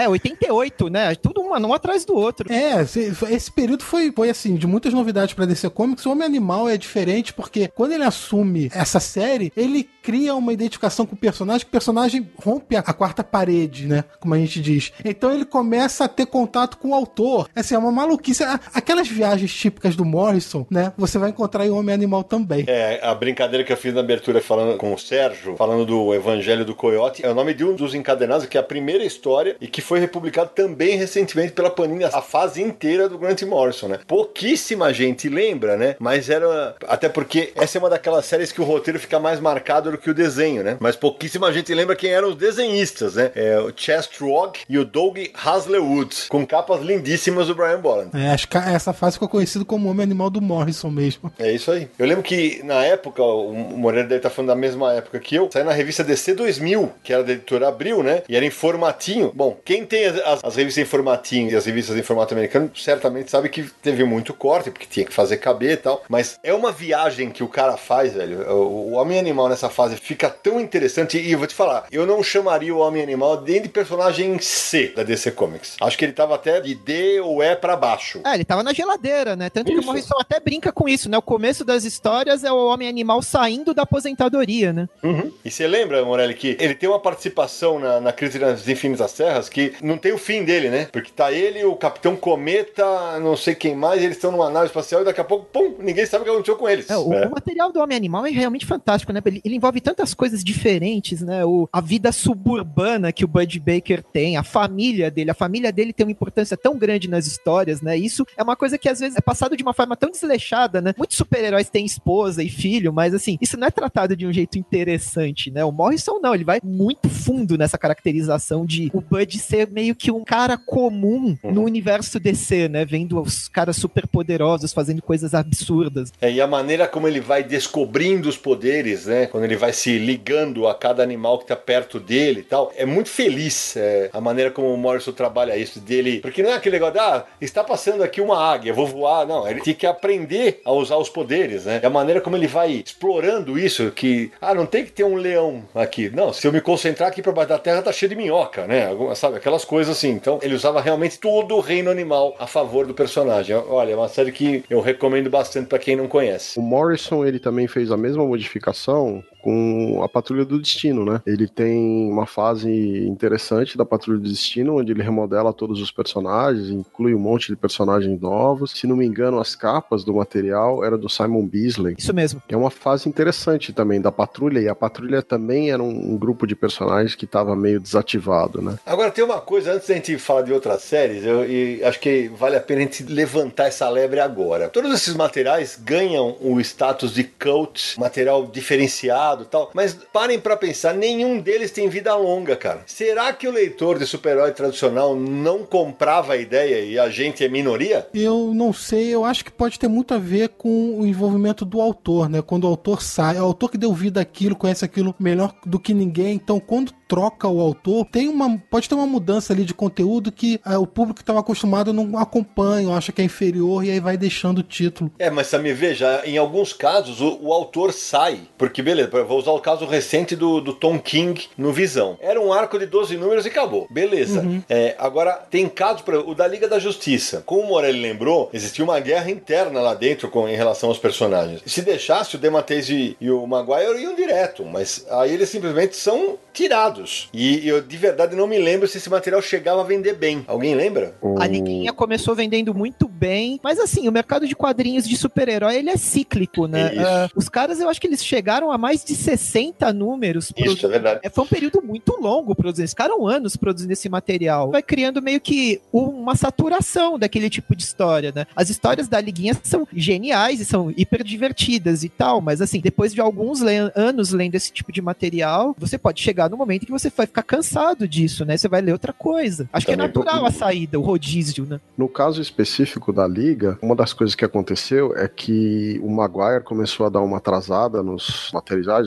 88, né? Tudo um atrás do outro. Esse período foi assim, de muitas novidades pra DC Comics. O Homem-Animal é diferente porque quando ele assume essa série, ele cria uma identificação com o personagem, que o personagem rompe a quarta parede, né? Como a gente diz. Então ele começa a ter contato com o autor. Assim, é uma maluquice. Aquelas viagens típicas do Morrison, né? Você vai encontrar em Homem-Animal também. A brincadeira que eu fiz na abertura falando com o Sérgio, falando do Evangelho do Coiote, é o nome de um dos encadenados, que é a primeira história e que foi republicado também recentemente pela Panini, a fase inteira do Grant Morrison, né? Pouquíssima gente lembra, né? Mas era... Até porque essa é uma daquelas séries que o roteiro fica mais marcado do que o desenho, né? Mas pouquíssima gente lembra quem eram os desenhistas, né? O Chas Trog e o Doug Haslewood, com capas lindíssimas do Brian Bolland. Acho que essa fase ficou conhecida como Homem-Animal do Morrison mesmo. É isso aí. Eu lembro que na época, o Moreira deve estar falando da mesma época que eu, saiu na revista DC 2000, que era da editora Abril, né? E era em formatinho. Bom, quem tem as revistas em formatinho e as revistas em formato americano, certamente sabe que teve muito corte, porque tinha que fazer caber e tal. Mas é uma viagem que o cara faz, velho. O Homem-Animal nessa fase fica tão interessante. E eu vou te falar, eu não chamaria o Homem-Animal nem de personagem C da DC Comics. Acho que ele tava até de D ou E pra baixo. Ele tava na geladeira, né? Tanto que o Morrison até brinca com isso, né? O começo das histórias é o Homem-Animal saindo da aposentadoria, né? Uhum. E você lembra, Morelli, que ele tem uma participação na Crise das Infinitas Terras que não tem o fim dele, né? Porque tá ele, o Capitão Cometa, não sei quem mais, eles estão numa nave espacial e daqui a pouco, pum, ninguém sabe o que aconteceu com eles. O material do Homem-Animal é realmente fantástico, né? Ele envolve tantas coisas diferentes, né? A vida suburbana que o Bud Baker tem, a família dele tem uma importância tão grande nas histórias, né? Isso é uma coisa que às vezes é passado de uma forma tão desleixada, né? Muitos super-heróis têm esposa e filho, mas assim, isso não é tratado de um jeito interessante, né? O Morrison não, ele vai muito fundo nessa caracterização de o Bud ser meio que um cara comum no universo DC, né? Vendo os caras super poderosos fazendo coisas absurdas. E a maneira como ele vai descobrindo os poderes, né? Quando ele vai se ligando a cada animal que tá perto dele e tal, é muito feliz a maneira como o Morrison trabalha isso dele, porque não é aquele negócio está passando aqui uma águia, vou voar, não, ele tem que aprender a usar os poderes, né? É a maneira como ele vai explorando isso, que, não tem que ter um leão aqui, não, se eu me concentrar aqui pra baixo da terra tá cheio de minhoca, né? Sabe, aquelas coisas assim. Então ele usava realmente todo o reino animal a favor do personagem. Olha, é uma série que eu recomendo bastante pra quem não conhece. O Morrison, ele também fez a mesma modificação com a Patrulha do Destino, né? Ele tem uma fase interessante da Patrulha do Destino, onde ele remodela todos os personagens, inclui um monte de personagens novos. Se não me engano, as capas do material era do Simon Bisley. Isso mesmo. É uma fase interessante também da Patrulha, e a Patrulha também era um grupo de personagens que estava meio desativado, né? Agora tem uma coisa, antes da gente falar de outras séries, e acho que vale a pena a gente levantar essa lebre agora. Todos esses materiais ganham o status de cult, material diferenciado, tal, mas parem pra pensar, nenhum deles tem vida longa, cara. Será que o leitor de super-herói tradicional não comprava a ideia e a gente é minoria? Eu não sei, eu acho que pode ter muito a ver com o envolvimento do autor, né? Quando o autor sai, é o autor que deu vida àquilo, conhece aquilo melhor do que ninguém, então quando troca o autor, pode ter uma mudança ali de conteúdo que o público que estava acostumado não acompanha, acha que é inferior e aí vai deixando o título. Mas Samir, veja, em alguns casos o autor sai, porque beleza, vou usar o caso recente do Tom King no Visão. Era um arco de 12 números e acabou, beleza. Uhum. Agora, tem casos, o da Liga da Justiça. Como o Morelli lembrou, existia uma guerra interna lá dentro em relação aos personagens. Se deixasse, o DeMatteis e o Maguire iam direto, mas aí eles simplesmente são tirados. E eu de verdade não me lembro se esse material chegava a vender bem. Alguém lembra? A Liguinha começou vendendo muito bem, mas assim, o mercado de quadrinhos de super-herói, ele é cíclico, né? Os caras, eu acho que eles chegaram a mais de 60 números. Isso, é verdade. Foi um período muito longo produzindo. Eles ficaram anos produzindo esse material. Vai criando meio que uma saturação daquele tipo de história, né? As histórias da Liguinha são geniais e são hiper divertidas e tal, mas assim, depois de alguns anos lendo esse tipo de material, você pode chegar no momento que você vai ficar cansado disso, né? Você vai ler outra coisa. Acho que é natural a saída, o rodízio, né? No caso específico da Liga, uma das coisas que aconteceu é que o Maguire começou a dar uma atrasada nos materiais,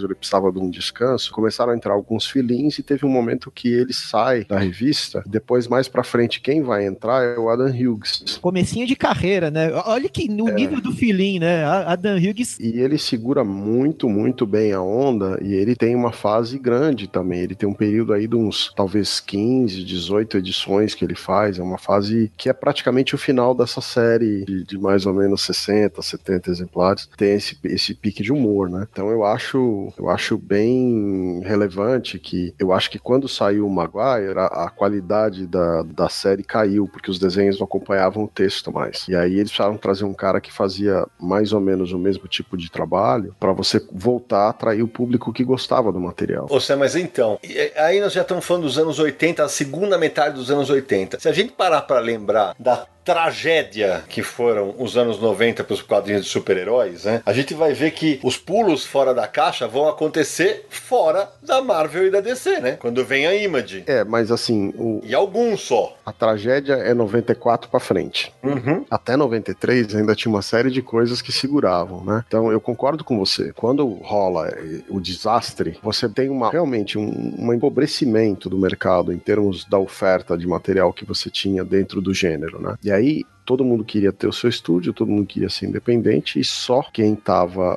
ou ele precisava de um descanso, começaram a entrar alguns fill-ins e teve um momento que ele sai da revista, depois mais pra frente quem vai entrar é o Adam Hughes. Comecinho de carreira, né? Olha que no nível do fill-in, né? Adam Hughes... E ele segura muito, muito bem a onda e ele tem uma fase grande também, ele tem um período aí de uns, talvez 15, 18 edições que ele faz, é uma fase que é praticamente o final dessa série de mais ou menos 60, 70 exemplares, tem esse pique de humor, né? Então eu acho bem relevante que eu acho que quando saiu o Maguire, a qualidade da série caiu, porque os desenhos não acompanhavam o texto mais. E aí eles precisaram trazer um cara que fazia mais ou menos o mesmo tipo de trabalho para você voltar a atrair o público que gostava do material. Mas então, aí nós já estamos falando dos anos 80, a segunda metade dos anos 80. Se a gente parar para lembrar da tragédia que foram os anos 90 para os quadrinhos de super-heróis, né? A gente vai ver que os pulos fora da caixa vão acontecer fora da Marvel e da DC, né? Quando vem a Image. Mas assim... E alguns só. A tragédia é 94 para frente. Uhum. Até 93 ainda tinha uma série de coisas que seguravam, né? Então eu concordo com você. Quando rola o desastre, você tem realmente um empobrecimento do mercado em termos da oferta de material que você tinha dentro do gênero, né? E aí todo mundo queria ter o seu estúdio, todo mundo queria ser independente, e só quem tava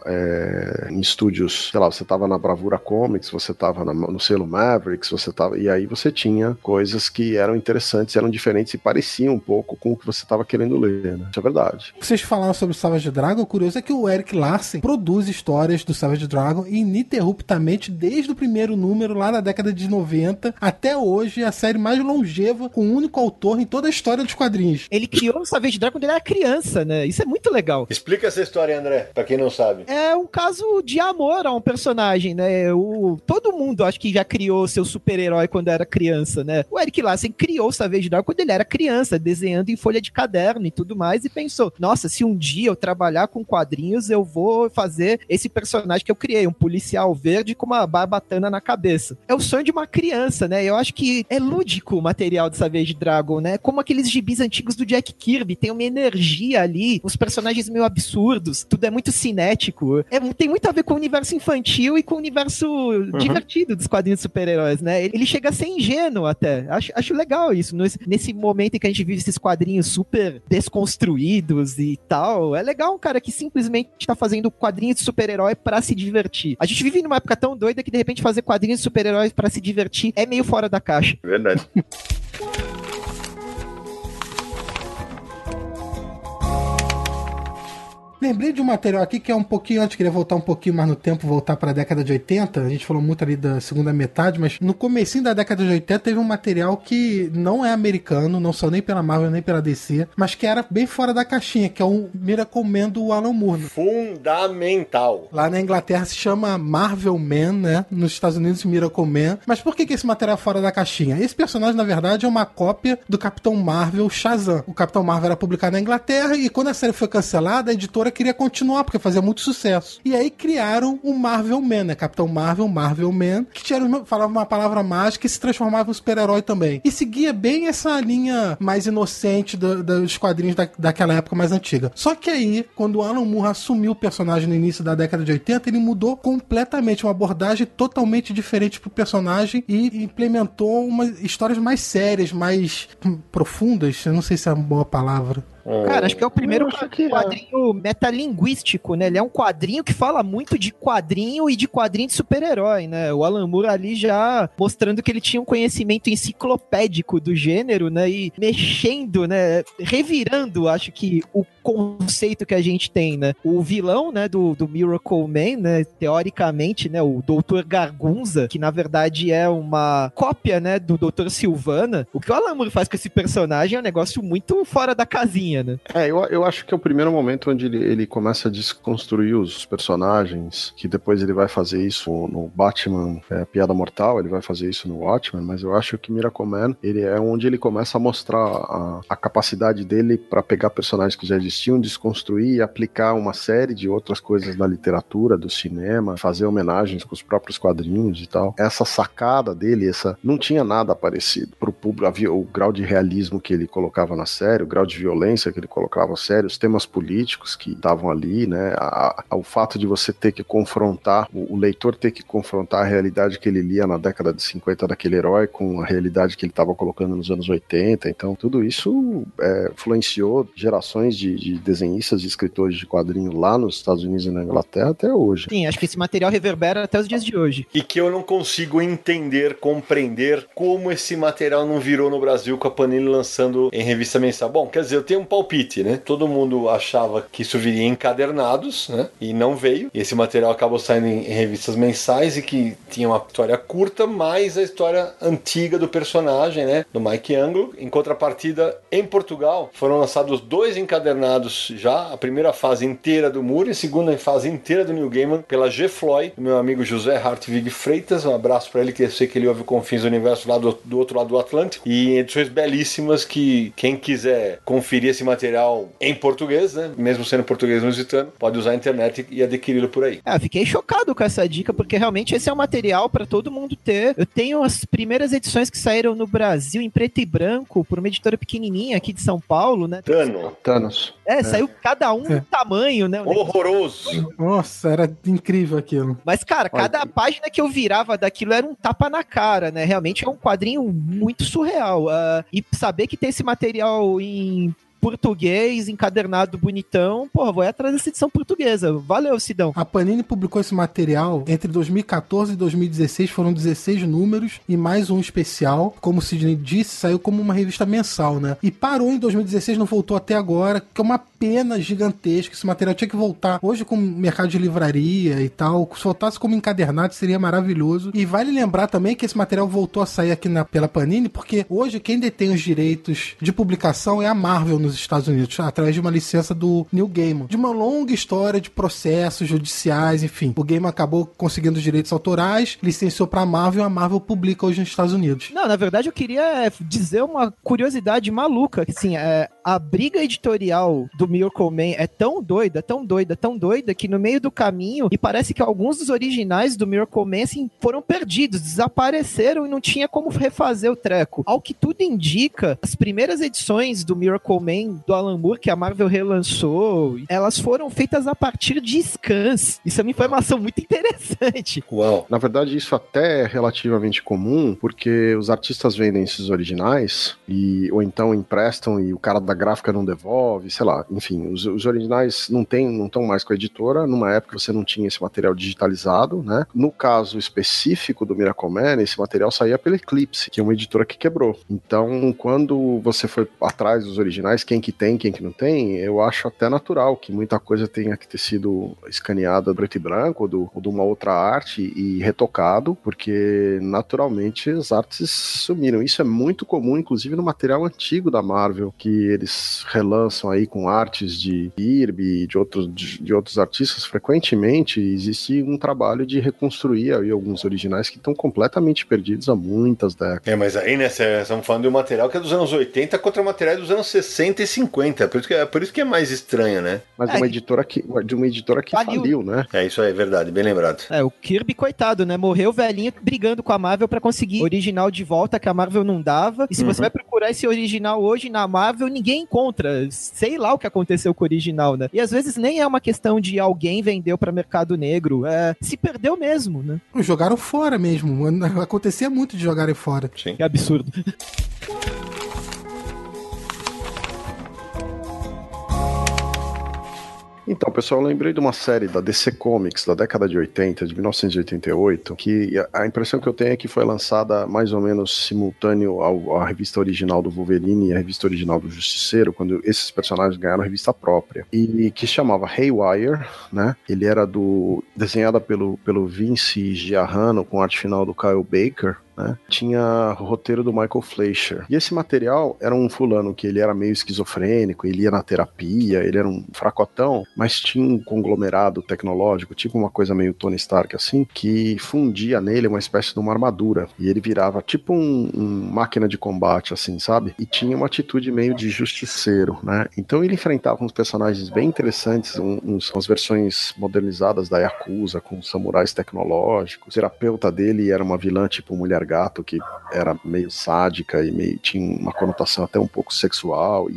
em estúdios, sei lá, você tava na Bravura Comics, você tava no selo Mavericks, e aí você tinha coisas que eram interessantes, eram diferentes e pareciam um pouco com o que você tava querendo ler, né? Isso é verdade. Vocês falaram sobre o Savage Dragon, o curioso é que o Eric Larsen produz histórias do Savage Dragon ininterruptamente desde o primeiro número, lá na década de 90, até hoje, a série mais longeva, com um único autor em toda a história dos quadrinhos. Ele criou o Savage Dragon quando ele era criança, né? Isso é muito legal. Explica essa história, André, pra quem não sabe. É um caso de amor a um personagem, né? Todo mundo acho que já criou seu super-herói quando era criança, né? O Eric Larsen criou o Savage Dragon quando ele era criança, desenhando em folha de caderno e tudo mais, e pensou, nossa, se um dia eu trabalhar com quadrinhos, eu vou fazer esse personagem que eu criei, um policial verde com uma barbatana na cabeça. É o sonho de uma criança, né? Eu acho que é lúdico o material do Savage Dragon, né? Como aqueles gibis antigos do Jack Kirby, tem uma energia ali, os personagens meio absurdos, tudo é muito cinético. Tem muito a ver com o universo infantil e com o universo divertido dos quadrinhos de super-heróis, né? Ele chega a ser ingênuo até. Acho legal isso. Nesse momento em que a gente vive esses quadrinhos super desconstruídos e tal, é legal um cara que simplesmente tá fazendo quadrinhos de super-herói pra se divertir. A gente vive numa época tão doida que de repente fazer quadrinhos de super-heróis pra se divertir é meio fora da caixa. Verdade. Lembrei de um material aqui que é um pouquinho antes, queria voltar um pouquinho mais no tempo, voltar para a década de 80. A gente falou muito ali da segunda metade, mas no comecinho da década de 80 teve um material que não é americano, não saiu nem pela Marvel nem pela DC, mas que era bem fora da caixinha, que é o Miracle Man do Alan Moore. Fundamental. Lá na Inglaterra se chama Marvel Man, né? Nos Estados Unidos Miracle Man. Mas por que esse material é fora da caixinha? Esse personagem, na verdade, é uma cópia do Capitão Marvel Shazam. O Capitão Marvel era publicado na Inglaterra e quando a série foi cancelada, a editora queria continuar, porque fazia muito sucesso. E aí criaram o Marvel Man, né? Capitão Marvel, Marvel Man, que falava uma palavra mágica e se transformava em um super-herói também. E seguia bem essa linha mais inocente dos quadrinhos daquela época mais antiga. Só que aí, quando o Alan Moore assumiu o personagem no início da década de 80, ele mudou completamente, uma abordagem totalmente diferente pro personagem e implementou histórias mais sérias, mais profundas. Eu não sei se é uma boa palavra. Cara, acho que é o primeiro quadrinho metalinguístico, né? Ele é um quadrinho que fala muito de quadrinho e de quadrinho de super-herói, né? O Alan Moore ali já mostrando que ele tinha um conhecimento enciclopédico do gênero, né? E mexendo, né? Revirando, acho que o conceito que a gente tem, né? O vilão, né? Do Miracle Man, né? Teoricamente, né? O Dr. Gargunza, que na verdade é uma cópia, né? Do Dr. Sylvana. O que o Alan Moore faz com esse personagem é um negócio muito fora da casinha, né? Eu acho que é o primeiro momento onde ele começa a desconstruir os personagens, que depois ele vai fazer isso no Batman Piada Mortal, ele vai fazer isso no Watchmen, mas eu acho que Miracle Man, ele é onde ele começa a mostrar a capacidade dele para pegar personagens que já existiam, desconstruir e aplicar uma série de outras coisas da literatura, do cinema, fazer homenagens com os próprios quadrinhos e tal. Essa sacada dele, não tinha nada parecido pro público, o grau de realismo que ele colocava na série, o grau de violência violência que ele colocava sério, os temas políticos que estavam ali, né? O fato de você ter que confrontar, o leitor ter que confrontar a realidade que ele lia na década de 50 daquele herói com a realidade que ele estava colocando nos anos 80. Então, tudo isso influenciou gerações de desenhistas e escritores de quadrinhos lá nos Estados Unidos e na Inglaterra até hoje. Sim, acho que esse material reverbera até os dias de hoje. E que eu não consigo entender, compreender como esse material não virou no Brasil com a Panini lançando em revista mensal. Bom, quer dizer, eu tenho um palpite, né? Todo mundo achava que isso viria em encadernados, né? E não veio. E esse material acabou saindo em revistas mensais e que tinha uma história curta, mais a história antiga do personagem, né? Do Mike Anglo. Em contrapartida, em Portugal, foram lançados 2 encadernados já. A primeira fase inteira do Moore e a segunda fase inteira do Neil Gaiman pela G-Floyd, do meu amigo José Hartwig Freitas. Um abraço para ele, que eu sei que ele ouve o Confins do Universo lá do outro lado do Atlântico. E em edições belíssimas que quem quiser conferir esse material em português, né? Mesmo sendo português lusitano, pode usar a internet e adquiri-lo por aí. Eu fiquei chocado com essa dica, porque realmente esse é um material para todo mundo ter. Eu tenho as primeiras edições que saíram no Brasil em preto e branco, por uma editora pequenininha aqui de São Paulo, né? Thanos. Saiu cada um um tamanho, né? Horroroso! Nossa, era incrível aquilo. Mas, cara, cada página que eu virava daquilo era um tapa na cara, né? Realmente é um quadrinho muito surreal. E saber que tem esse material em português, encadernado, bonitão, porra, vou ir atrás dessa edição portuguesa. Valeu, Sidão. A Panini publicou esse material entre 2014 e 2016, foram 16 números e mais um especial. Como o Sidney disse, saiu como uma revista mensal, né? E parou em 2016, não voltou até agora, que é uma pena gigantesca. Esse material tinha que voltar hoje com o mercado de livraria e tal. Se voltasse como encadernado, seria maravilhoso. E vale lembrar também que esse material voltou a sair aqui pela Panini, porque hoje quem detém os direitos de publicação é a Marvel nos Estados Unidos, através de uma licença do Neil Gaiman. De uma longa história de processos judiciais, enfim. O Gaiman acabou conseguindo os direitos autorais, licenciou pra Marvel e a Marvel publica hoje nos Estados Unidos. Não, na verdade eu queria dizer uma curiosidade maluca, que assim, a briga editorial do Miracle Man é tão doida, que no meio do caminho, e parece que alguns dos originais do Miracle Man, assim, foram perdidos, desapareceram e não tinha como refazer o treco. Ao que tudo indica, as primeiras edições do Miracle Man do Alan Moore, que a Marvel relançou, elas foram feitas a partir de scans. Isso é uma informação muito interessante. Uau. Na verdade, isso até é relativamente comum, porque os artistas vendem esses originais, ou então emprestam e o cara da gráfica não devolve, sei lá. Enfim, os originais não estão mais com a editora. Numa época você não tinha esse material digitalizado, né? No caso específico do Miracle Man, esse material saía pela Eclipse, que é uma editora que quebrou. Então, quando você foi atrás dos originais, quem que tem, quem que não tem, eu acho até natural que muita coisa tenha que ter sido escaneada preto e branco ou de uma outra arte e retocado, porque naturalmente as artes sumiram. Isso é muito comum, inclusive no material antigo da Marvel, que eles relançam aí com artes de Kirby e de outros artistas. Frequentemente existe um trabalho de reconstruir aí alguns originais que estão completamente perdidos há muitas décadas. Mas aí, né, estamos falando de um material que é dos anos 80 contra material dos anos 60 e 50, por isso que é mais estranho, né? Mas de uma editora que faliu, né? Isso aí, é verdade, bem lembrado. O Kirby, coitado, né? Morreu velhinho brigando com a Marvel pra conseguir original de volta que a Marvel não dava. E se você vai procurar esse original hoje na Marvel, ninguém encontra. Sei lá o que aconteceu com o original, né? E às vezes nem é uma questão de alguém vendeu pra mercado negro. Se perdeu mesmo, né? Jogaram fora mesmo. Acontecia muito de jogarem fora. Sim. Que absurdo. Então, pessoal, eu lembrei de uma série da DC Comics da década de 80, de 1988, que a impressão que eu tenho é que foi lançada mais ou menos simultâneo à revista original do Wolverine e à revista original do Justiceiro, quando esses personagens ganharam revista própria, e que se chamava Haywire, né? Ele era desenhada pelo Vince Giarrano, com arte final do Kyle Baker, né? Tinha o roteiro do Michael Fleischer. E esse material era um fulano que ele era meio esquizofrênico, ele ia na terapia, ele era um fracotão, mas tinha um conglomerado tecnológico, tipo uma coisa meio Tony Stark assim, que fundia nele uma espécie de uma armadura. E ele virava tipo um máquina de combate, assim, sabe? E tinha uma atitude meio de justiceiro, né? Então ele enfrentava uns personagens bem interessantes, umas versões modernizadas da Yakuza, com samurais tecnológicos. O terapeuta dele era uma vilã tipo Mulher Gato, que era meio sádica e tinha uma conotação até um pouco sexual, e era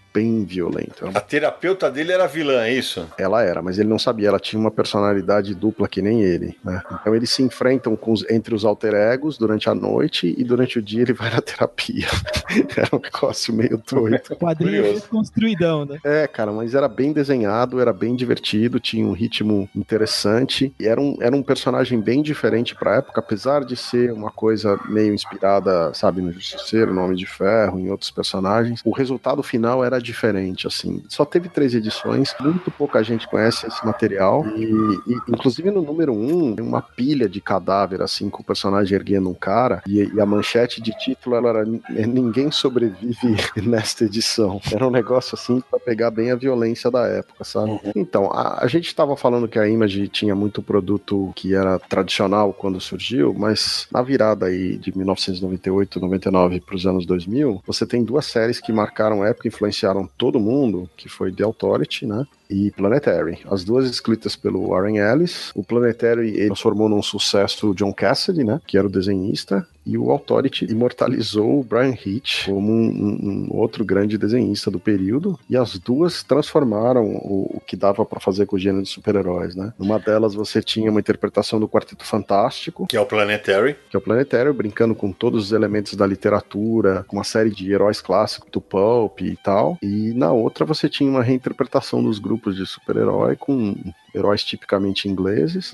bem violento. A terapeuta dele era vilã, é isso? Ela era, mas ele não sabia, ela tinha uma personalidade dupla que nem ele, né? Então eles se enfrentam entre os alter egos durante a noite e durante o dia ele vai na terapia. Era um negócio meio doido. Quadrinho desconstruidão, né? Cara, mas era bem desenhado, era bem divertido, tinha um ritmo interessante e era um personagem bem diferente pra época, apesar de ser uma coisa meio inspirada, sabe, no Justiceiro, no Homem de Ferro, em outros personagens. O resultado final era diferente, assim. Só teve 3 edições, muito pouca gente conhece esse material e inclusive no número 1, tem uma pilha de cadáver, assim, com o personagem erguendo um cara e a manchete de título, ela era Ninguém Sobrevive Nesta Edição. Era um negócio, assim, pra pegar bem a violência da época, sabe? Então, a gente tava falando que a Image tinha muito produto que era tradicional quando surgiu, mas na virada aí de 1998, 99 para os anos 2000, você tem 2 séries que marcaram a época, influenciaram todo mundo, que foi The Authority, né? E Planetary. As 2 escritas pelo Warren Ellis. O Planetary ele transformou num sucesso o John Cassaday, né? Que era o desenhista. E o Authority imortalizou o Brian Hitch como um outro grande desenhista do período. E as 2 transformaram o que dava pra fazer com o gênero de super-heróis, né? Numa delas você tinha uma interpretação do Quarteto Fantástico. Que é o Planetary. Brincando com todos os elementos da literatura, com uma série de heróis clássicos do Pulp e tal. E na outra você tinha uma reinterpretação dos grupos de super-herói com heróis tipicamente ingleses,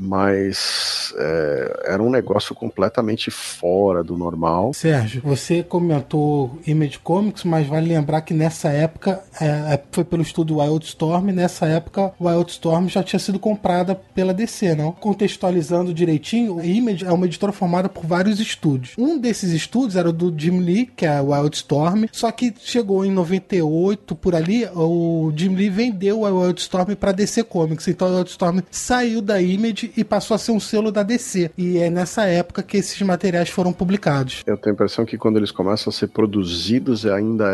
mas era um negócio completamente fora do normal. Sérgio, você comentou Image Comics, mas vale lembrar que nessa época foi pelo estúdio Wildstorm. Nessa época Wildstorm já tinha sido comprada pela DC, não? Contextualizando direitinho, a Image é uma editora formada por vários estúdios. Um desses estúdios era o do Jim Lee, que é o Wildstorm, só que chegou em 98 por ali, o Jim Lee vendeu a Wildstorm para DC Comics, então a Wildstorm saiu da Image e passou a ser um selo da DC, e é nessa época que esses materiais foram publicados. Eu tenho a impressão que quando eles começam a ser produzidos ainda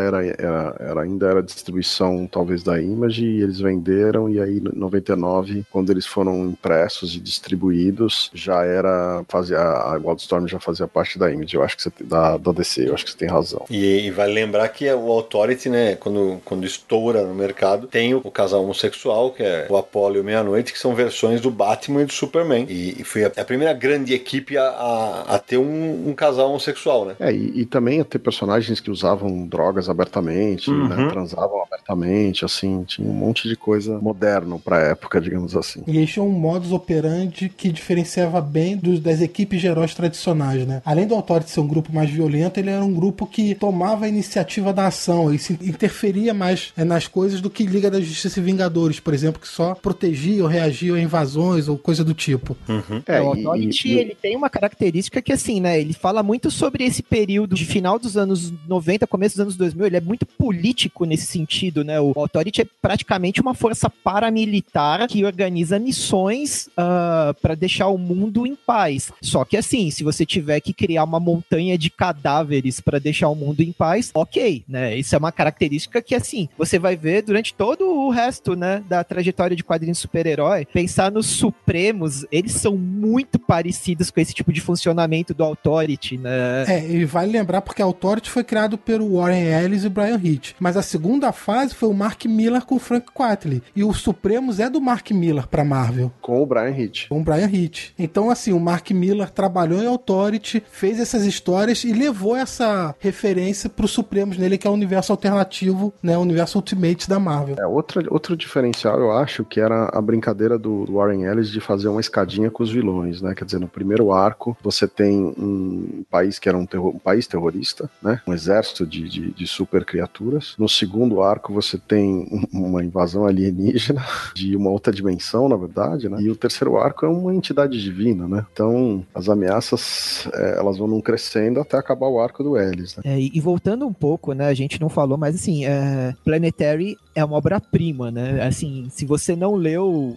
era distribuição talvez da Image, e eles venderam, e aí em 99, quando eles foram impressos e distribuídos, já era, a Wildstorm já fazia parte da Image, eu acho que da DC, eu acho que você tem razão. E vale lembrar que o Authority, né, quando estoura no mercado, tem o casal homossexual, que é o Apollo e o Meia-Noite, que são versões do Batman e do Superman. E foi a primeira grande equipe a ter um casal homossexual, né? E também a ter personagens que usavam drogas abertamente, né, transavam abertamente, assim, tinha um monte de coisa moderno pra época, digamos assim. E eles tinham um modus operandi que diferenciava bem das equipes de heróis tradicionais, né? Além do Authority ser um grupo mais violento, ele era um grupo que tomava a iniciativa da ação e se interferia mais nas coisas do que Liga da Justiça e Vingadores, por exemplo, que só protegia ou reagia a invasões ou coisa do tipo. O Authority, ele tem uma característica que, assim, né, ele fala muito sobre esse período de final dos anos 90, começo dos anos 2000, ele é muito político nesse sentido, né? O Authority é praticamente uma força paramilitar que organiza missões para deixar o mundo em paz. Só que, assim, se você tiver que criar uma montanha de cadáveres para deixar o mundo em paz, ok, né? Isso é uma característica que, assim, você vai ver durante todo o resto, né, da trajetória de quadrinhos super-herói. Pensar nos Supremos, eles são muito parecidos com esse tipo de funcionamento do Authority, né? E vale lembrar porque a Authority foi criado pelo Warren Ellis e Brian Hitch, mas a segunda fase foi o Mark Millar com o Frank Quitely, e o Supremos é do Mark Millar pra Marvel. Com o Brian Hitch. Com o Brian Hitch. Então, assim, o Mark Millar trabalhou em Authority, fez essas histórias e levou essa referência pro Supremos nele, que é o universo alternativo, né, o universo Ultimate da Marvel. Outro diferencial, eu acho, que era a brincadeira do Warren Ellis de fazer uma escadinha com os vilões, né? Quer dizer, no primeiro arco, você tem um país que era um país terrorista, né? Um exército de super criaturas. No segundo arco, você tem uma invasão alienígena de uma outra dimensão, na verdade, né? E o terceiro arco é uma entidade divina, né? Então, as ameaças, elas vão crescendo até acabar o arco do Ellis, né? E voltando um pouco, né? A gente não falou, mas assim, Planetary é uma obra-prima, né? Assim, se você não leu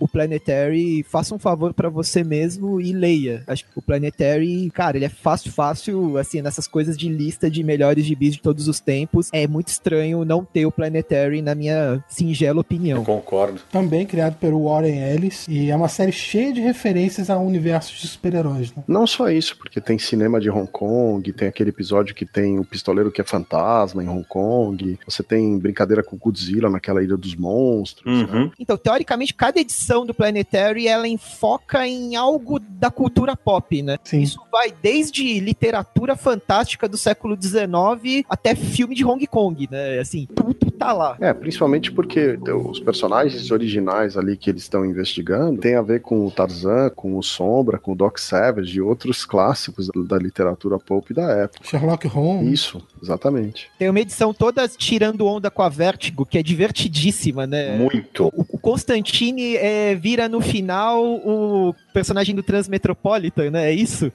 o Planetary, faça um favor pra você mesmo e leia. Acho que o Planetary, cara, ele é fácil, assim, nessas coisas de lista de melhores gibis de todos os tempos. É muito estranho não ter o Planetary na minha singela opinião. Eu concordo. Também criado pelo Warren Ellis, e é uma série cheia de referências ao universo de super-heróis, né? Não só isso, porque tem cinema de Hong Kong, tem aquele episódio que tem o pistoleiro que é fantasma em Hong Kong, você tem brincadeira com Godzilla naquela Ilha dos Monstros. Né? Então, teoricamente, cada edição do Planetary, ela enfoca em algo da cultura pop, né? Sim. Isso vai desde literatura fantástica do século XIX até filme de Hong Kong, né? Assim, tudo tá lá. Principalmente porque os personagens originais ali que eles estão investigando tem a ver com o Tarzan, com o Sombra, com o Doc Savage e outros clássicos da literatura pop da época. Sherlock Holmes. Isso, exatamente. Tem uma edição toda tirando onda com a Vertigo, que é divertidíssima, né? Muito. O Constantine vira no final o personagem do Transmetropolitan, né? É isso?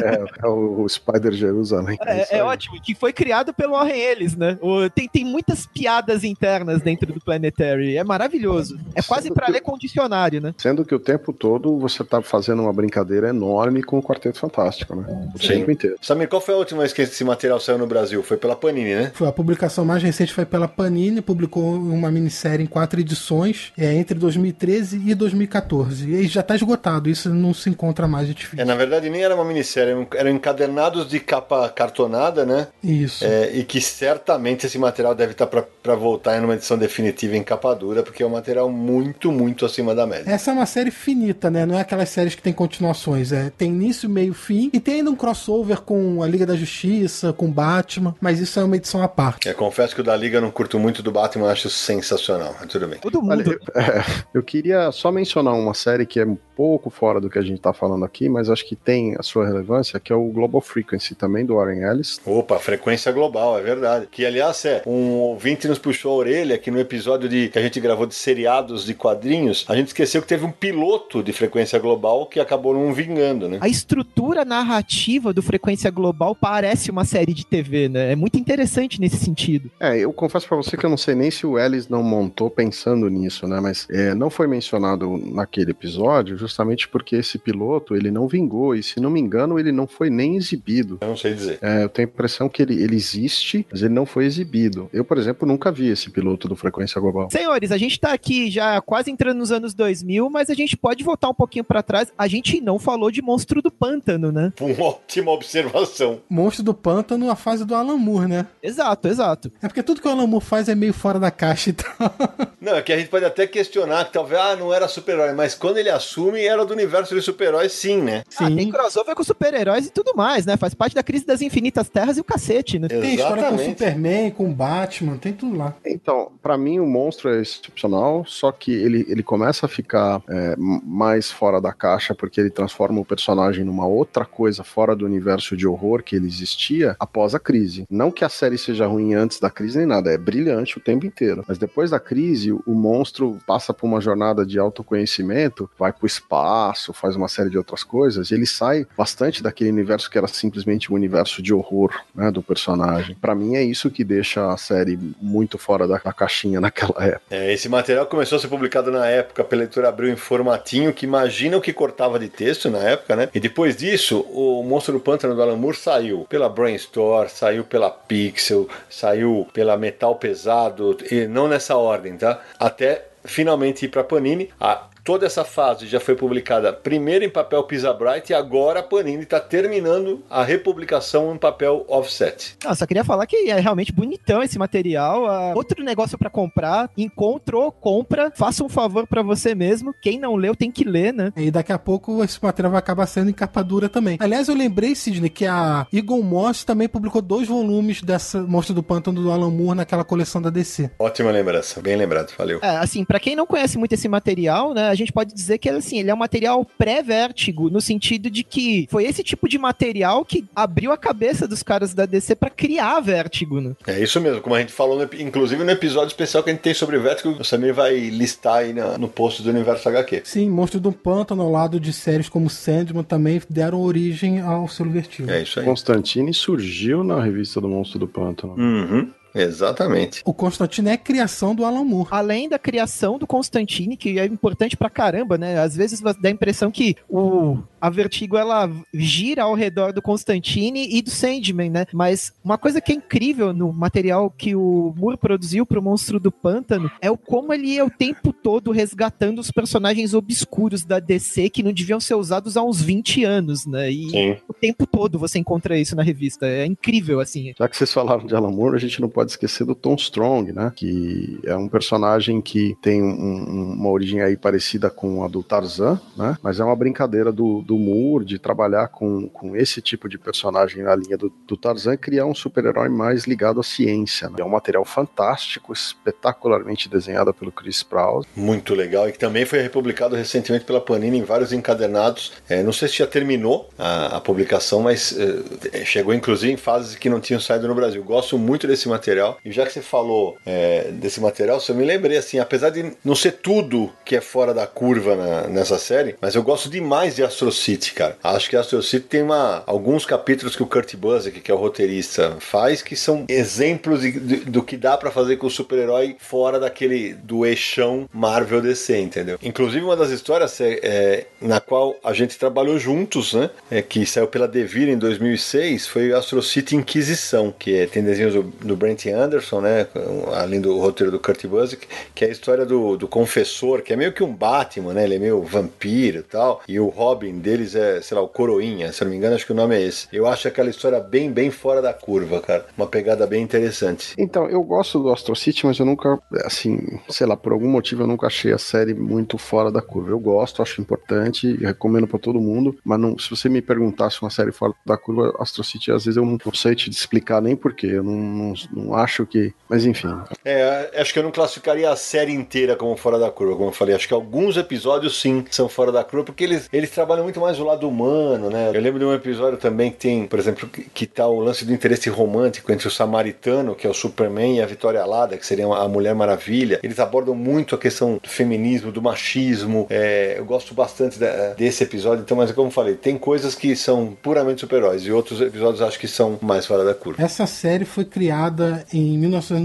É o Spider Jerusalém. É ótimo, que foi criado pelo Warren Ellis, né? Tem muitas piadas internas dentro do Planetary, é maravilhoso. É quase pra ler com dicionário, né? Sendo que o tempo todo você tá fazendo uma brincadeira enorme com o Quarteto Fantástico, né? O tempo inteiro. Samir, qual foi a última vez que esse material saiu no Brasil? Foi pela Panini, né? A publicação mais recente foi pela Panini, publicou uma minissérie em 4 edições, entre 2013 e 2014. E já tá esgotado, isso não se encontra mais, é difícil. Na verdade nem era uma minissérie, eram encadernados de capa cartonada, né? Isso. E que certamente esse material deve estar para voltar em uma edição definitiva em capa dura, porque é um material muito, muito acima da média. Essa é uma série finita, né? Não é aquelas séries que tem continuações. Tem início, meio, fim. E tem ainda um crossover com a Liga da Justiça, com Batman, mas isso é uma edição à parte. Confesso que o da Liga eu não curto muito, do Batman eu acho sensacional, mas tudo bem. Todo mundo. Eu queria só mencionar uma série que é um pouco fora do que a gente tá falando aqui, mas acho que tem a sua relevância, que é o Global Frequency, também do Warren Ellis. Opa, frequência global, é verdade. Que, aliás, um ouvinte nos puxou a orelha que no episódio que a gente gravou de seriados de quadrinhos, a gente esqueceu que teve um piloto de frequência global que acabou não vingando, né? A estrutura narrativa do Frequência Global parece uma série de TV, né? É muito interessante nesse sentido. Eu confesso pra você que eu não sei nem se o Ellis não montou pensando nisso, né? Mas não foi mencionado naquele episódio justamente porque esse piloto, ele não vingou, e se não me engano, ele não foi nem exibido. Eu não sei dizer. Eu tenho a impressão que ele existe, mas ele não foi exibido. Eu, por exemplo, nunca vi esse piloto do Frequência Global. Senhores, a gente tá aqui já quase entrando nos anos 2000, mas a gente pode voltar um pouquinho pra trás. A gente não falou de Monstro do Pântano, né? Uma ótima observação. Monstro do Pântano, a fase do Alan Moore, né? Exato. É porque tudo que o Alan Moore faz é meio fora da caixa, então... Não, é que a gente pode até questionar que talvez, não era super-herói, mas quando ele assume, era do universo de super-heróis, sim, né? Sim. Tem crossover com super-heróis e tudo mais, né? Faz parte da crise das infinitas terras e o cacete, né? Tem história com Superman, com Batman, tem tudo lá. Então, pra mim o monstro é excepcional, só que ele começa a ficar mais fora da caixa, porque ele transforma o personagem numa outra coisa fora do universo de horror que ele existia após a crise. Não que a série seja ruim antes da crise nem nada, é brilhante o tempo inteiro. Mas depois da crise, o monstro passa por uma jornada de autoconhecimento, vai pro espaço, faz uma série de outras coisas, e ele sai bastante daquele universo que era simplesmente um universo de horror, né, do personagem. Pra mim é isso que deixa a série muito fora da caixinha naquela época. Esse material começou a ser publicado na época pela Editora Abril em formatinho, que imagina o que cortava de texto na época, né? E depois disso, o Monstro do Pântano do Alan Moore saiu pela Brainstorm, saiu pela Pixel, saiu pela Metal Pesado, e não nessa ordem, tá? Até finalmente ir pra Panini. Toda essa fase já foi publicada primeiro em papel Pisa Bright e agora a Panini está terminando a republicação em papel offset. Só queria falar que é realmente bonitão esse material. Outro negócio para comprar, compra, faça um favor para você mesmo. Quem não leu tem que ler, né? E daqui a pouco esse material vai acabar sendo em capa dura também. Aliás, eu lembrei, Sidney, que a Eagle Moss também publicou 2 volumes dessa Monstro do Pântano do Alan Moore naquela coleção da DC. Ótima lembrança, bem lembrado, valeu. Assim, para quem não conhece muito esse material, né, a gente pode dizer que assim, ele é um material pré-Vértigo, no sentido de que foi esse tipo de material que abriu a cabeça dos caras da DC pra criar Vértigo, né? É isso mesmo, como a gente falou, inclusive no episódio especial que a gente tem sobre Vértigo, o Samir vai listar aí no post do Universo HQ. Sim, Monstro do Pântano, ao lado de séries como Sandman, também deram origem ao selo Vertigo. É isso aí. Constantine surgiu na revista do Monstro do Pântano. Uhum. Exatamente. O Constantine é a criação do Alan Moore. Além da criação do Constantine, que é importante pra caramba, né? Às vezes dá a impressão que a Vertigo, ela gira ao redor do Constantine e do Sandman, né? Mas uma coisa que é incrível no material que o Moore produziu pro Monstro do Pântano é como ele é o tempo todo resgatando os personagens obscuros da DC que não deviam ser usados há uns 20 anos, né? E Sim. o tempo todo você encontra isso na revista. É incrível, assim. Já que vocês falaram de Alan Moore, a gente não pode esquecer do Tom Strong, né? Que é um personagem que tem uma origem aí parecida com a do Tarzan, né? Mas é uma brincadeira do Moore de trabalhar com esse tipo de personagem na linha do Tarzan e criar um super-herói mais ligado à ciência, né? É um material fantástico, espetacularmente desenhado pelo Chris Sprouse. Muito legal, e que também foi republicado recentemente pela Panini em vários encadernados. Não sei se já terminou a publicação, mas chegou inclusive em fases que não tinham saído no Brasil. Gosto muito desse material, e já que você falou desse material, eu me lembrei, assim, apesar de não ser tudo que é fora da curva nessa série, mas eu gosto demais de Astro City, cara. Acho que Astro City tem alguns capítulos que o Kurt Busiek, que é o roteirista, faz, que são exemplos do que dá pra fazer com o super-herói fora do eixão Marvel DC, entendeu? Inclusive, uma das histórias na qual a gente trabalhou juntos, né? Que saiu pela Devir em 2006, foi Astro City Inquisição, que tem desenhos do Brent Anderson, né? Além do roteiro do Kurt Busiek, que é a história do confessor, que é meio que um Batman, né? Ele é meio vampiro e tal, e o Robin deles é, sei lá, o Coroinha, se eu não me engano, acho que o nome é esse. Eu acho aquela história bem, bem fora da curva, cara. Uma pegada bem interessante. Então, eu gosto do Astro City, mas eu nunca, assim, sei lá, por algum motivo eu nunca achei a série muito fora da curva. Eu gosto, acho importante, recomendo pra todo mundo, mas se você me perguntasse uma série fora da curva, Astro City, às vezes eu não sei te explicar nem porquê. Eu não acho que... Mas enfim. Acho que eu não classificaria a série inteira como fora da curva, como eu falei. Acho que alguns episódios, sim, são fora da curva, porque eles trabalham muito mais o lado humano, né? Eu lembro de um episódio também que tem, por exemplo, que tá o lance do interesse romântico entre o Samaritano, que é o Superman, e a Vitória Alada, que seria a Mulher Maravilha. Eles abordam muito a questão do feminismo, do machismo. Eu gosto bastante desse episódio. Então, mas como eu falei, tem coisas que são puramente super-heróis e outros episódios acho que são mais fora da curva. Essa série foi criada em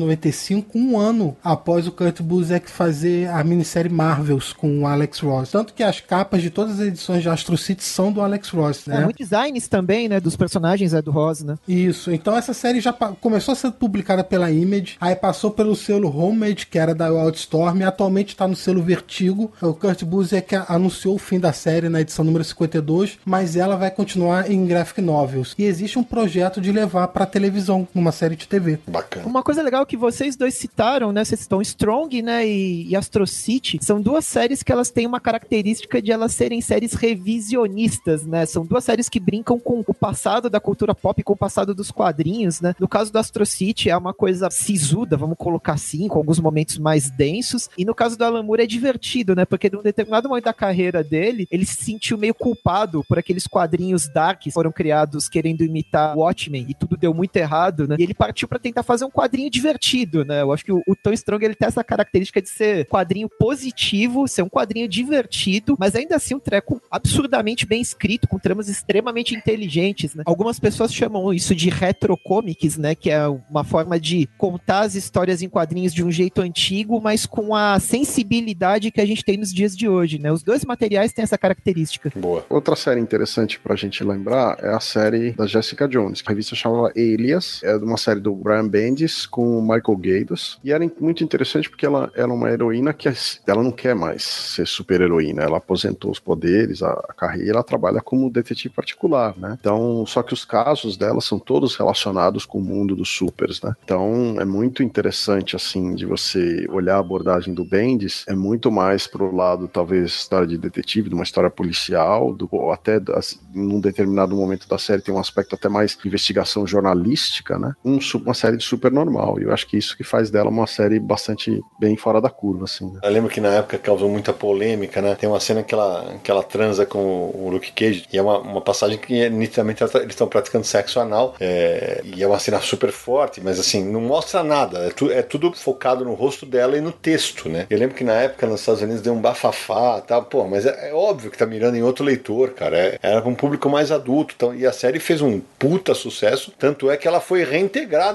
1995, um ano após o Kurt Busiek fazer a minissérie Marvels com o Alex Ross. Tanto que as capas de todas as edições de Astro City são do Alex Ross, né? Muitos designs também, né, dos personagens do Ross, né? Isso. Então essa série já começou a ser publicada pela Image, aí passou pelo selo Homemade, que era da Wildstorm, e atualmente está no selo Vertigo. O Kurt Busiek anunciou o fim da série na edição número 52, mas ela vai continuar em graphic novels. E existe um projeto de levar para televisão, numa série de TV. Bacana. Uma coisa legal que vocês dois citaram, né, vocês estão Strong, né, e Astro City, são duas séries que elas têm uma característica de elas serem séries revisionistas, né? São duas séries que brincam com o passado da cultura pop, com o passado dos quadrinhos, né? No caso do Astro City é uma coisa sisuda, vamos colocar assim, com alguns momentos mais densos, e no caso do Alan Moore é divertido, né? Porque num determinado momento da carreira dele, ele se sentiu meio culpado por aqueles quadrinhos dark que foram criados querendo imitar Watchmen, e tudo deu muito errado, né? E ele partiu pra tentar fazer um quadrinho divertido, né? Eu acho que o Tom Strong, ele tem essa característica de ser quadrinho positivo, ser um quadrinho divertido, mas ainda assim um treco absurdamente bem escrito, com tramas extremamente inteligentes, né? Algumas pessoas chamam isso de retrocomics, né? Que é uma forma de contar as histórias em quadrinhos de um jeito antigo, mas com a sensibilidade que a gente tem nos dias de hoje, né? Os dois materiais têm essa característica. Boa. Outra série interessante pra gente lembrar é a série da Jessica Jones. A revista chamava Alias, é uma série do Brian Bendis com o Michael Gaydos, e era muito interessante porque ela é uma heroína que ela não quer mais ser super-heroína, ela aposentou os poderes, a carreira, ela trabalha como detetive particular, né? Então, só que os casos dela são todos relacionados com o mundo dos supers, né? Então, é muito interessante, assim, de você olhar a abordagem do Bendis, é muito mais pro lado, talvez, história de detetive, de uma história policial, ou até num determinado momento da série tem um aspecto até mais de investigação jornalística, né? Uma série de super normal, e eu acho que isso que faz dela uma série bastante bem fora da curva, assim, né? Eu lembro que na época causou muita polêmica, né? Tem uma cena que ela transa com o Luke Cage, e é uma passagem que nitidamente eles estão praticando sexo anal, e é uma cena super forte, mas assim, não mostra nada, é tudo focado no rosto dela e no texto, né? Eu lembro que na época nos Estados Unidos deu um bafafá, tá? Pô, mas é óbvio que tá mirando em outro leitor, cara, era pra um público mais adulto, então, e a série fez um puta sucesso, tanto é que ela foi reintegrada ao universo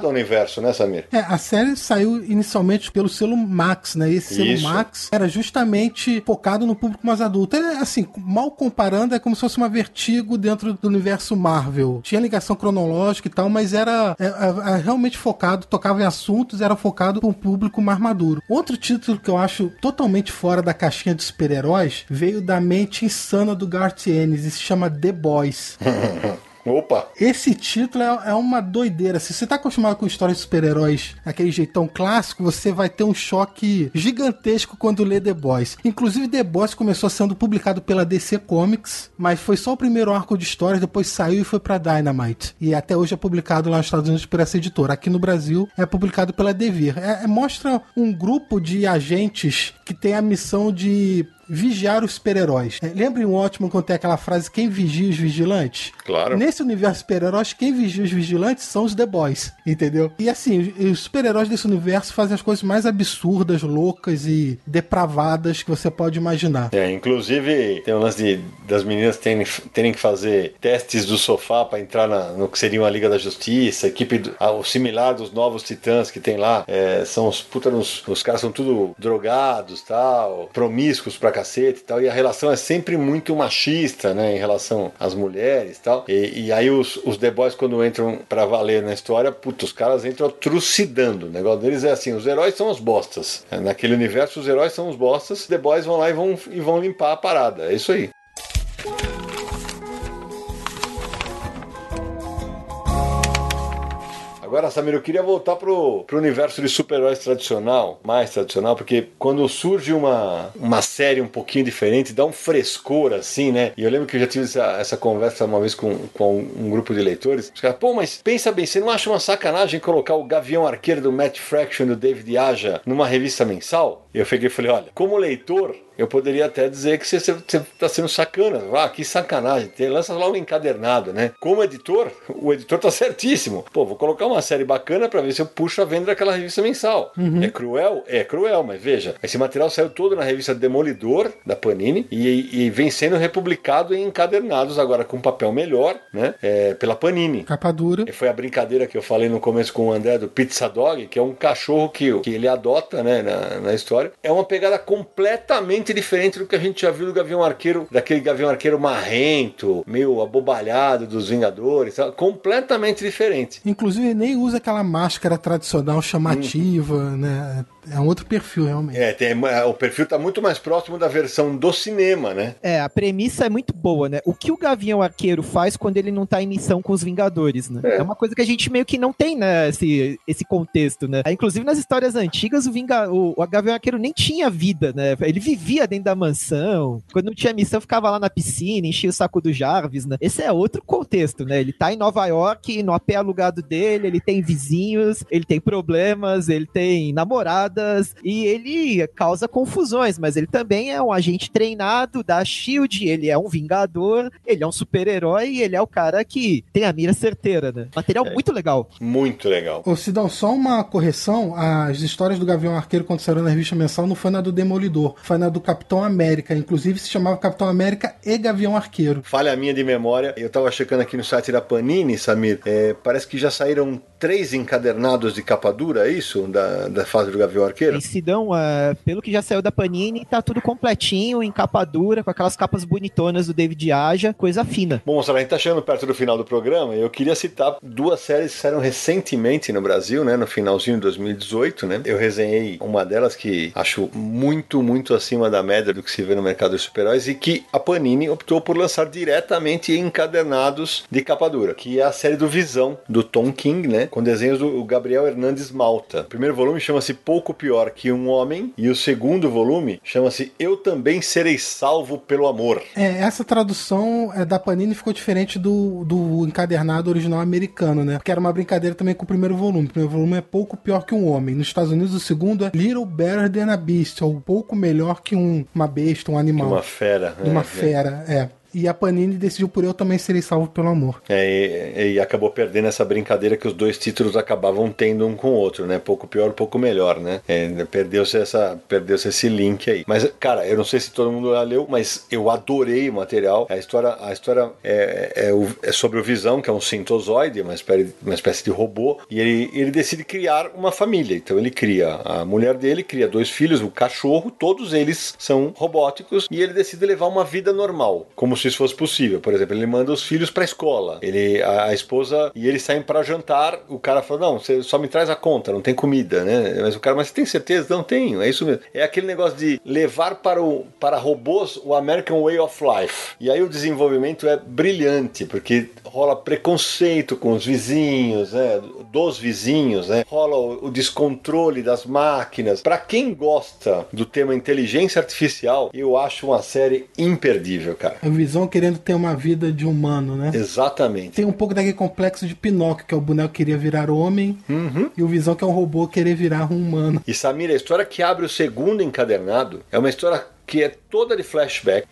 universo, né, Samir? A série saiu inicialmente pelo selo Max, né? Esse selo Max era justamente focado no público mais adulto. Ele, assim, mal comparando, é como se fosse uma Vertigo dentro do universo Marvel. Tinha ligação cronológica e tal, mas era realmente focado, tocava em assuntos, era focado para um público mais maduro. Outro título que eu acho totalmente fora da caixinha de super-heróis veio da mente insana do Garth Ennis e se chama The Boys. Opa! Esse título é uma doideira. Se você tá acostumado com histórias de super-heróis, aquele jeitão clássico, você vai ter um choque gigantesco quando lê The Boys. Inclusive, The Boys começou sendo publicado pela DC Comics, mas foi só o primeiro arco de histórias, depois saiu e foi pra Dynamite. E até hoje é publicado lá nos Estados Unidos por essa editora. Aqui no Brasil é publicado pela Devir. Mostra um grupo de agentes que tem a missão de vigiar os super-heróis. Lembra em Watchmen quando tem aquela frase, quem vigia os vigilantes? Claro. Nesse universo super-heróis, quem vigia os vigilantes são os The Boys, entendeu? E assim, os super-heróis desse universo fazem as coisas mais absurdas, loucas e depravadas que você pode imaginar. Inclusive tem o lance das meninas terem que fazer testes do sofá pra entrar no que seria uma Liga da Justiça, o similar dos Novos Titãs que tem lá, são os caras são tudo drogados, tal, promíscuos pra cacete e tal, e a relação é sempre muito machista, né, em relação às mulheres e tal, e aí os The Boys, quando entram pra valer na história, os caras entram trucidando. O negócio deles é assim, os heróis são os bostas. Naquele universo, os heróis são os bostas, os The Boys vão lá e vão limpar a parada. É isso aí. Agora, Samir, eu queria voltar pro universo de super-heróis mais tradicional, porque quando surge uma série um pouquinho diferente, dá um frescor, assim, né? E eu lembro que eu já tive essa conversa uma vez com um grupo de leitores. Os caras, mas pensa bem, você não acha uma sacanagem colocar o Gavião Arqueiro do Matt Fraction e do David Aja numa revista mensal? Eu peguei e falei, olha, como leitor, eu poderia até dizer que você tá sendo sacana. Que sacanagem. Lança logo encadernado, né? Como editor, o editor tá certíssimo. Vou colocar uma série bacana pra ver se eu puxo a venda daquela revista mensal. É cruel? É cruel, mas veja, esse material saiu todo na revista Demolidor, da Panini, e vem sendo republicado em encadernados agora com papel melhor, né? Pela Panini. Capa dura. Foi a brincadeira que eu falei no começo com o André do Pizza Dog, que é um cachorro que ele adota, né, na história. É uma pegada completamente diferente do que a gente já viu do Gavião Arqueiro, daquele Gavião Arqueiro marrento, meio abobalhado dos Vingadores, sabe? Completamente diferente. Inclusive nem usa aquela máscara tradicional chamativa, né? É um outro perfil, realmente. O perfil tá muito mais próximo da versão do cinema, né? A premissa é muito boa, né? O que o Gavião Arqueiro faz quando ele não tá em missão com os Vingadores, né? É uma coisa que a gente meio que não tem, né? Esse contexto, né? Inclusive nas histórias antigas, o Gavião Arqueiro nem tinha vida, né? Ele vivia dentro da mansão. Quando não tinha missão, ficava lá na piscina, enchia o saco do Jarvis, né? Esse é outro contexto, né? Ele tá em Nova York, no AP alugado dele, ele tem vizinhos, ele tem problemas, ele tem namorada, e ele causa confusões, mas ele também é um agente treinado da SHIELD, ele é um vingador, ele é um super-herói e ele é o cara que tem a mira certeira, né? Material muito legal. Muito legal. Ô Sidão, só uma correção, as histórias do Gavião Arqueiro quando saíram na revista mensal não foi na do Demolidor, foi na do Capitão América, inclusive se chamava Capitão América e Gavião Arqueiro. Falha minha de memória, eu tava checando aqui no site da Panini, Samir, parece que já saíram 3 encadernados de capa dura, é isso? Da fase do Gavião Arqueiro? E Sidão, pelo que já saiu da Panini, tá tudo completinho, em capa dura, com aquelas capas bonitonas do David Aja, coisa fina. Bom, Sara, a gente tá chegando perto do final do programa e eu queria citar 2 séries que saíram recentemente no Brasil, né, no finalzinho de 2018, né? Eu resenhei uma delas que acho muito, muito acima da média do que se vê no mercado de super-heróis e que a Panini optou por lançar diretamente em encadernados de capa dura, que é a série do Visão, do Tom King, né, com desenhos do Gabriel Hernandes Malta. O primeiro volume chama-se Pouco Pior que um Homem e o segundo volume chama-se Eu Também Serei Salvo pelo Amor. Essa tradução da Panini ficou diferente do encadernado original americano, né? Porque era uma brincadeira também com o primeiro volume. O primeiro volume é Pouco Pior que um Homem. Nos Estados Unidos, o segundo é Little Better Than a Beast, ou Pouco Melhor que uma besta, um animal. Uma fera. Uma fera, E a Panini decidiu por Eu Também Serei Salvo pelo Amor. E acabou perdendo essa brincadeira que os dois títulos acabavam tendo um com o outro, né? Pouco pior, pouco melhor, né? Perdeu-se esse link aí. Mas, cara, eu não sei se todo mundo já leu, mas eu adorei o material. A história é sobre o Visão, que é um sintozoide, uma espécie de robô, e ele decide criar uma família. Então ele cria a mulher dele, cria 2 filhos, o cachorro, todos eles são robóticos, e ele decide levar uma vida normal, como se isso fosse possível. Por exemplo, ele manda os filhos pra escola, a esposa e eles saem pra jantar, o cara fala, não, você só me traz a conta, não tem comida, né? Mas o cara, mas você tem certeza? Não tenho, é isso mesmo. É aquele negócio de levar para robôs o American Way of Life. E aí o desenvolvimento é brilhante, porque rola preconceito com os vizinhos, né? Dos vizinhos, né? Rola o descontrole das máquinas. Pra quem gosta do tema inteligência artificial, eu acho uma série imperdível, cara. A Visão querendo ter uma vida de humano, né? Exatamente. Tem um pouco daquele complexo de Pinóquio, que é o boneco que queria virar homem, e o Visão que é um robô querer virar um humano. E Samir, a história que abre o segundo encadernado é uma história que é toda de flashback,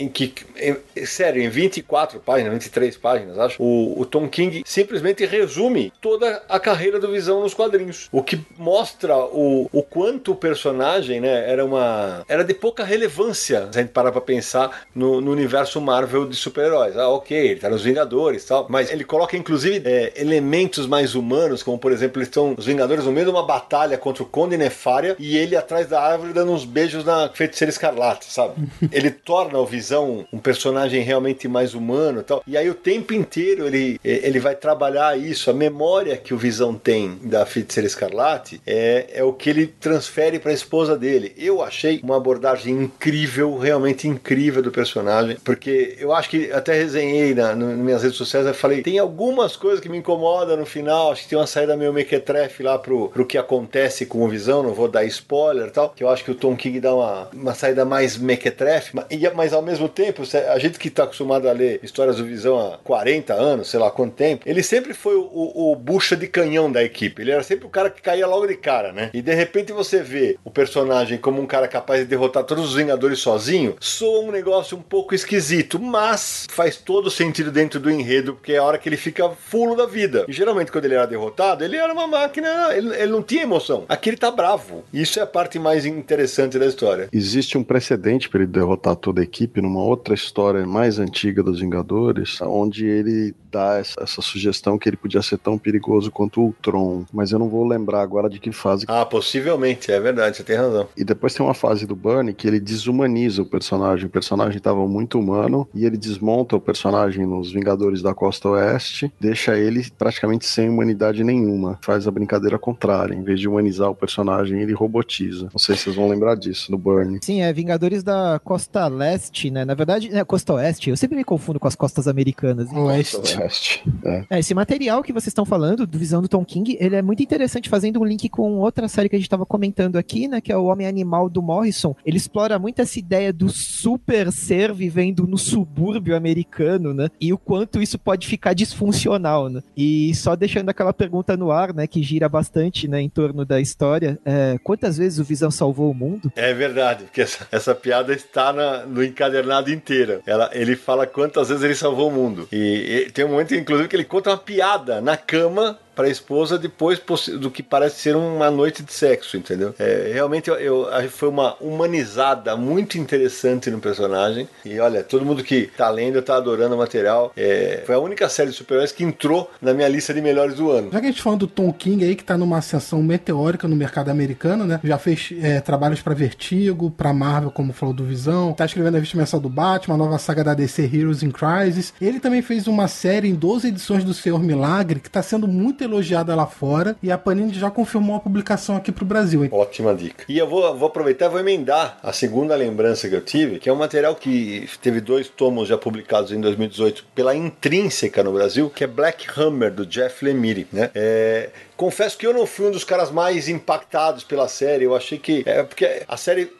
sério, em 24 páginas, 23 páginas, acho, o Tom King simplesmente resume toda a carreira do Visão nos quadrinhos, o que mostra o quanto o personagem, né, era de pouca relevância, se a gente parar pra pensar no universo Marvel de super-heróis. Ok, ele tá nos Vingadores e tal, mas ele coloca inclusive elementos mais humanos, como por exemplo, os Vingadores no meio de uma batalha contra o Conde Nefária, e ele atrás da árvore dando uns beijos na Feiticeira Escarlate, sabe? Ele torna o Visão um personagem realmente mais humano e tal. E aí o tempo inteiro ele vai trabalhar isso. A memória que o Visão tem da Feiticeira Escarlate é o que ele transfere para a esposa dele. Eu achei uma abordagem incrível, realmente incrível do personagem, porque eu acho que até resenhei nas minhas redes sociais, eu falei, tem algumas coisas que me incomodam no final, acho que tem uma saída meio mequetrefe lá pro que acontece com o Visão, não vou dar spoiler e tal, que eu acho que o Tom King dá uma saída mais mequetrefe, mas ao mesmo tempo, a gente que tá acostumado a ler histórias do Visão há 40 anos, sei lá quanto tempo, ele sempre foi o bucha de canhão da equipe, ele era sempre o cara que caía logo de cara, né? E de repente você vê o personagem como um cara capaz de derrotar todos os Vingadores sozinho, soa um negócio um pouco esquisito, mas faz todo sentido dentro do enredo, porque é a hora que ele fica fulo da vida. E geralmente quando ele era derrotado, ele era uma máquina, ele não tinha emoção. Aqui ele tá bravo. Isso é a parte mais interessante da história. Existe um precedente para ele derrotar toda a equipe numa outra história mais antiga dos Vingadores, onde ele dá essa sugestão que ele podia ser tão perigoso quanto o Ultron, mas eu não vou lembrar agora de que fase. Ah, possivelmente, é verdade, você tem razão. E depois tem uma fase do Bunny que ele desumaniza o personagem estava muito humano, e ele desmonta o personagem nos Vingadores da Costa Oeste, deixa ele praticamente sem humanidade nenhuma, faz a brincadeira contrária, em vez de humanizar o personagem, ele robotiza. Não sei se vocês vão lembrar disso, no Bunny. Sim, Vingadores da Costa Leste, né? Na verdade, Costa Oeste. Eu sempre me confundo com as costas americanas. Oeste. Esse material que vocês estão falando, do Visão do Tom King, ele é muito interessante, fazendo um link com outra série que a gente estava comentando aqui, né? Que é o Homem Animal do Morrison. Ele explora muito essa ideia do super ser vivendo no subúrbio americano, né? E o quanto isso pode ficar disfuncional, né? E só deixando aquela pergunta no ar, né? Que gira bastante, né? Em torno da história. Quantas vezes o Visão salvou o mundo? É verdade, porque essa piada está no encadernado inteiro. Ele fala quantas vezes ele salvou o mundo. E tem um momento, inclusive, que ele conta uma piada na cama para a esposa depois do que parece ser uma noite de sexo, entendeu? Realmente foi uma humanizada muito interessante no personagem. E olha, todo mundo que tá lendo tá adorando o material. Foi a única série de super-heróis que entrou na minha lista de melhores do ano. Já que a gente falando do Tom King aí, que tá numa ascensão meteórica no mercado americano, né? Já fez trabalhos pra Vertigo, pra Marvel, como falou do Visão. Tá escrevendo a revista mensal do Batman, a nova saga da DC Heroes in Crisis. Ele também fez uma série em 12 edições do Senhor Milagre, que tá sendo muito elogiada lá fora, e a Panini já confirmou a publicação aqui pro Brasil, hein? Ótima dica. E eu vou aproveitar e vou emendar a segunda lembrança que eu tive, que é um material que teve 2 tomos já publicados em 2018 pela Intrínseca no Brasil, que é Black Hammer, do Jeff Lemire, né? Confesso que eu não fui um dos caras mais impactados pela série. Eu achei que... porque a série,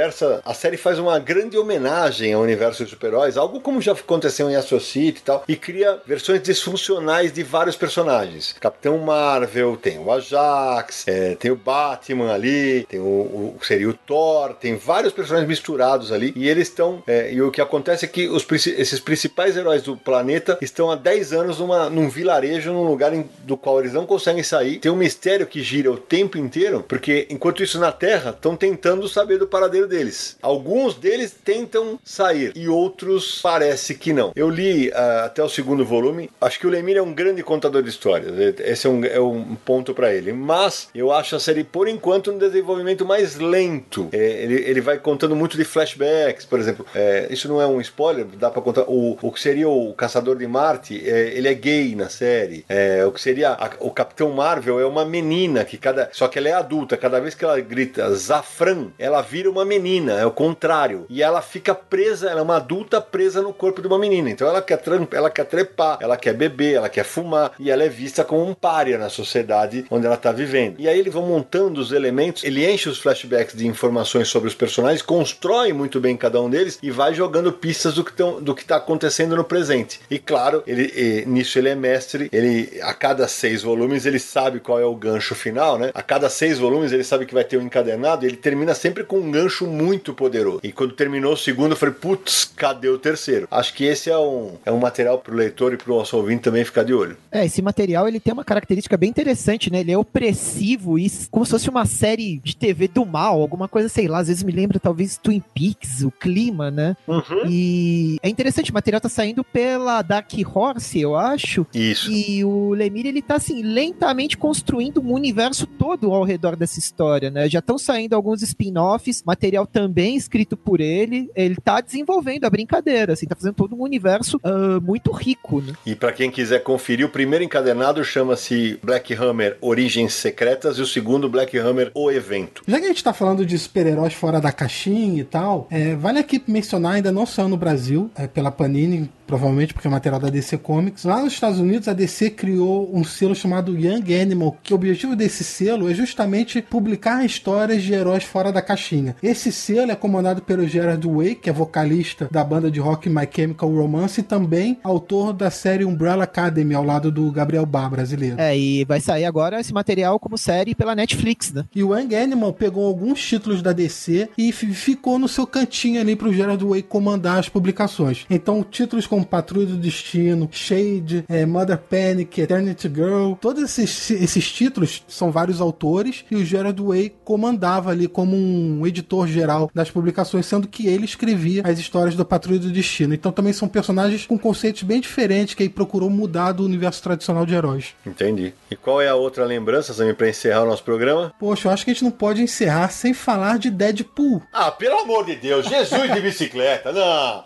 a série faz uma grande homenagem ao universo de super-heróis, algo como já aconteceu em Astro City e tal, e cria versões disfuncionais de vários personagens. Capitão Marvel, tem o Ajax, tem o Batman ali, tem seria o Thor, tem vários personagens misturados ali, e eles estão... e o que acontece é que esses principais heróis do planeta estão há 10 anos num vilarejo, num lugar do qual eles não conseguem sair. Tem um mistério que gira o tempo inteiro, porque enquanto isso na Terra, estão tentando saber do paradeiro deles. Alguns deles tentam sair, e outros parece que não. Eu li até o segundo volume, acho que o Lemire é um grande contador de histórias, esse é um ponto pra ele, mas eu acho a série, por enquanto, um desenvolvimento mais lento. Ele vai contando muito de flashbacks, por exemplo, isso não é um spoiler, dá pra contar, o que seria o Caçador de Marte, ele é gay na série, o que seria o Capitão Marvel é uma menina, só que ela é adulta, cada vez que ela grita Zafran, ela vira uma menina, é o contrário, e ela fica presa, ela é uma adulta presa no corpo de uma menina, então ela quer trepar, ela quer beber, ela quer fumar, e ela é vista como um pária na sociedade onde ela tá vivendo. E aí eles vão montando os elementos, ele enche os flashbacks de informações sobre os personagens, constrói muito bem cada um deles e vai jogando pistas do que tá acontecendo no presente. E claro, nisso ele é mestre, a cada 6 volumes ele sabe qual é o gancho final, né? A cada 6 volumes ele sabe que vai ter um encadenado, e ele termina sempre com um gancho muito poderoso. E quando terminou o segundo, eu falei, putz, cadê o terceiro? Acho que esse é um material pro leitor e pro nosso ouvinte também ficar de olho. Esse material ele tem uma característica bem interessante, né? Ele é opressivo e como se fosse uma série de TV do mal, alguma coisa, sei lá, às vezes me lembra talvez Twin Peaks, o clima, né? Uhum. E é interessante, o material tá saindo pela Dark Horse, eu acho. Isso. E o Lemire, ele tá assim, lentamente construindo um universo todo ao redor dessa história, né? Já estão saindo alguns spin-offs, material também escrito por ele tá desenvolvendo a brincadeira, assim, tá fazendo todo um universo muito rico, né? E pra quem quiser conferir, o primeiro encadenado chama-se Black Hammer Origens Secretas e o segundo Black Hammer O Evento. Já que a gente tá falando de super-heróis fora da caixinha e tal, vale aqui mencionar, ainda não saiu no Brasil, pela Panini, provavelmente porque é material da DC Comics. Lá nos Estados Unidos, a DC criou um selo chamado Young Animal, que o objetivo desse selo é justamente publicar histórias de heróis fora da caixinha. Esse selo é comandado pelo Gerard Way, que é vocalista da banda de rock My Chemical Romance e também autor da série Umbrella Academy, ao lado do Gabriel Bá, brasileiro. E vai sair agora esse material como série pela Netflix, né? E o Young Animal pegou alguns títulos da DC e ficou no seu cantinho ali pro Gerard Way comandar as publicações. Então, títulos como Patrulha do Destino, Shade, Mother Panic, Eternity Girl, todos esses títulos são vários autores e o Gerard Way comandava ali como um editor geral das publicações, sendo que ele escrevia as histórias da Patrulha do Destino. Então também são personagens com conceitos bem diferentes que aí procurou mudar do universo tradicional de heróis. Entendi. E qual é a outra lembrança, Samir, pra encerrar o nosso programa? Poxa, eu acho que a gente não pode encerrar sem falar de Deadpool. Ah, pelo amor de Deus, Jesus de bicicleta, não.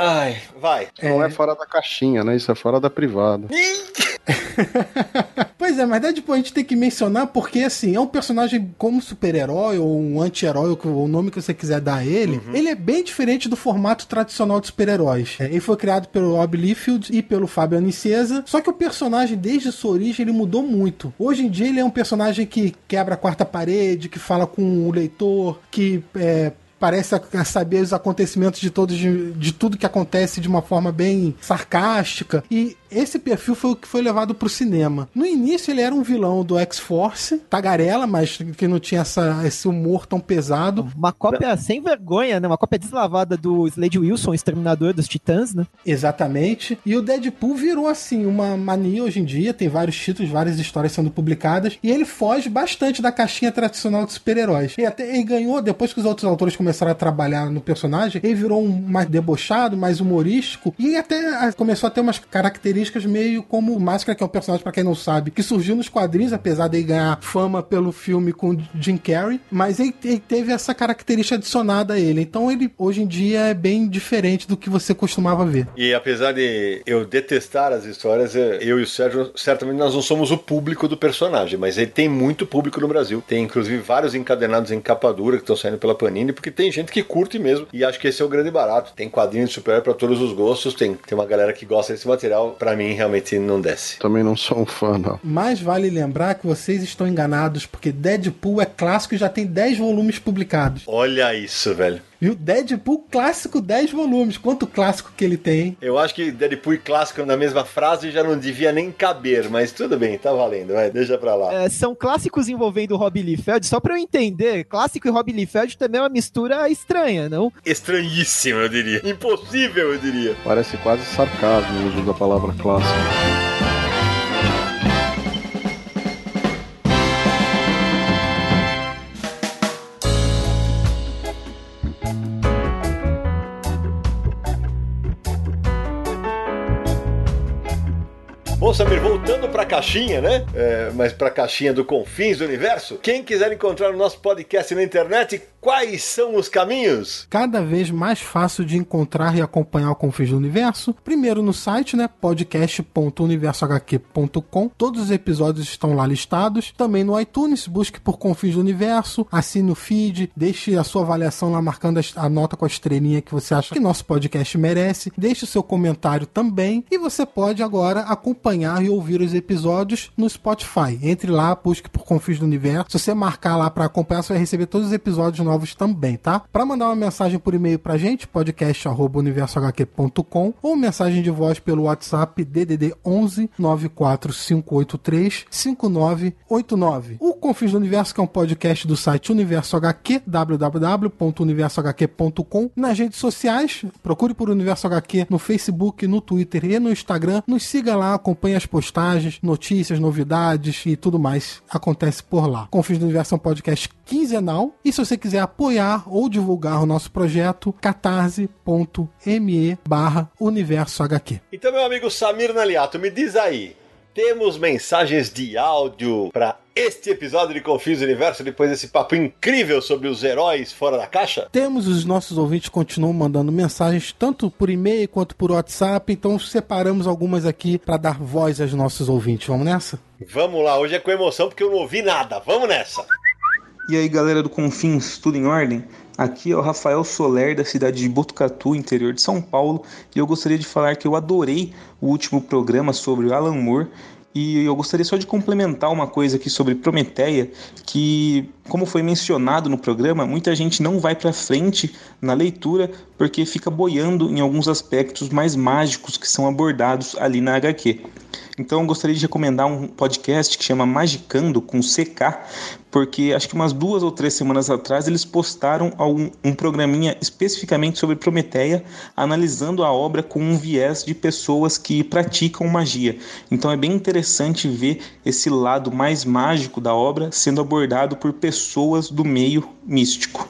Vai. Não é fora da caixinha, né? Isso é fora da privada. Pois é, mas Deadpool a gente tem que mencionar porque, assim, é um personagem como super-herói ou um anti-herói, ou o nome que você quiser dar a ele, ele é bem diferente do formato tradicional de super-heróis. Ele foi criado pelo Rob Liefeld e pelo Fábio Aninceza, só que o personagem, desde sua origem, ele mudou muito. Hoje em dia ele é um personagem que quebra a quarta parede, que fala com o leitor, que parece saber os acontecimentos de tudo que acontece de uma forma bem sarcástica. E esse perfil foi o que foi levado pro cinema. No início ele era um vilão do X-Force, tagarela, mas que não tinha esse humor tão pesado. Uma cópia sem vergonha, né? Uma cópia deslavada do Slade Wilson, Exterminador dos Titãs, né? Exatamente. E o Deadpool virou, assim, uma mania hoje em dia. Tem vários títulos, várias histórias sendo publicadas. E ele foge bastante da caixinha tradicional de super-heróis. E até ele ganhou, depois que os outros autores começaram a trabalhar no personagem, ele virou mais debochado, mais humorístico. E até começou a ter umas características meio como o Máscara, que é um personagem, pra quem não sabe, que surgiu nos quadrinhos, apesar de ele ganhar fama pelo filme com Jim Carrey, mas ele teve essa característica adicionada a ele. Então ele, hoje em dia, é bem diferente do que você costumava ver. E apesar de eu detestar as histórias, eu e o Sérgio, certamente nós não somos o público do personagem, mas ele tem muito público no Brasil. Tem, inclusive, vários encadenados em capa dura que estão saindo pela Panini, porque tem gente que curte mesmo, e acho que esse é o grande barato. Tem quadrinhos de super-herói pra todos os gostos, tem uma galera que gosta desse material, pra mim realmente não desce. Também não sou um fã, não. Mas vale lembrar que vocês estão enganados, porque Deadpool é clássico e já tem 10 volumes publicados. Olha isso, velho. Viu? Deadpool clássico, 10 volumes. Quanto clássico que ele tem? Eu acho que Deadpool e clássico na mesma frase já não devia nem caber, mas tudo bem, tá valendo, vai, deixa pra lá. São clássicos envolvendo o Rob Liefeld, só pra eu entender, clássico e Rob Liefeld também é uma mistura estranha, não? Estranhíssimo, eu diria. Impossível, eu diria. Parece quase sarcasmo o uso da palavra clássico. Bom, Samir, voltando pra caixinha, né? Mas pra caixinha do Confins do Universo, quem quiser encontrar o nosso podcast na internet, quais são os caminhos? Cada vez mais fácil de encontrar e acompanhar o Confins do Universo. Primeiro no site, né? podcast.universohq.com. Todos os episódios estão lá listados. Também no iTunes, busque por Confins do Universo, assine o feed, deixe a sua avaliação lá marcando a nota com a estrelinha que você acha que nosso podcast merece. Deixe o seu comentário também. E você pode agora acompanhar e ouvir os episódios no Spotify. Entre lá, busque por Confins do Universo. Se você marcar lá para acompanhar, você vai receber todos os episódios novos também, tá? Para mandar uma mensagem por e-mail pra gente, podcast@universohq.com, ou mensagem de voz pelo WhatsApp DDD 11 94583 5989. O Confins do Universo, que é um podcast do site Universo HQ, www.universohq.com. Nas redes sociais, procure por Universo HQ no Facebook, no Twitter e no Instagram. Nos siga lá, acompanhe as postagens, notícias, novidades e tudo mais acontece por lá. Confins do Universo é um podcast quinzenal, e se você quiser apoiar ou divulgar o nosso projeto, catarse.me/universohq. Então, meu amigo Samir Naliato, me diz aí, temos mensagens de áudio para este episódio de Confins do Universo, depois desse papo incrível sobre os heróis fora da caixa? Temos, os nossos ouvintes continuam mandando mensagens, tanto por e-mail quanto por WhatsApp, então separamos algumas aqui para dar voz aos nossos ouvintes. Vamos nessa? Vamos lá, hoje é com emoção porque eu não ouvi nada. Vamos nessa! E aí, galera do Confins, tudo em ordem? Aqui é o Rafael Soler, da cidade de Botucatu, interior de São Paulo, e eu gostaria de falar que eu adorei o último programa sobre o Alan Moore, e eu gostaria só de complementar uma coisa aqui sobre Prometeia, que, como foi mencionado no programa, muita gente não vai para frente na leitura porque fica boiando em alguns aspectos mais mágicos que são abordados ali na HQ. Então eu gostaria de recomendar um podcast que chama Magicando, com CK, porque acho que umas 2 ou 3 semanas atrás eles postaram um programinha especificamente sobre Prometeia, analisando a obra com um viés de pessoas que praticam magia. Então é bem interessante ver esse lado mais mágico da obra sendo abordado por pessoas do meio místico.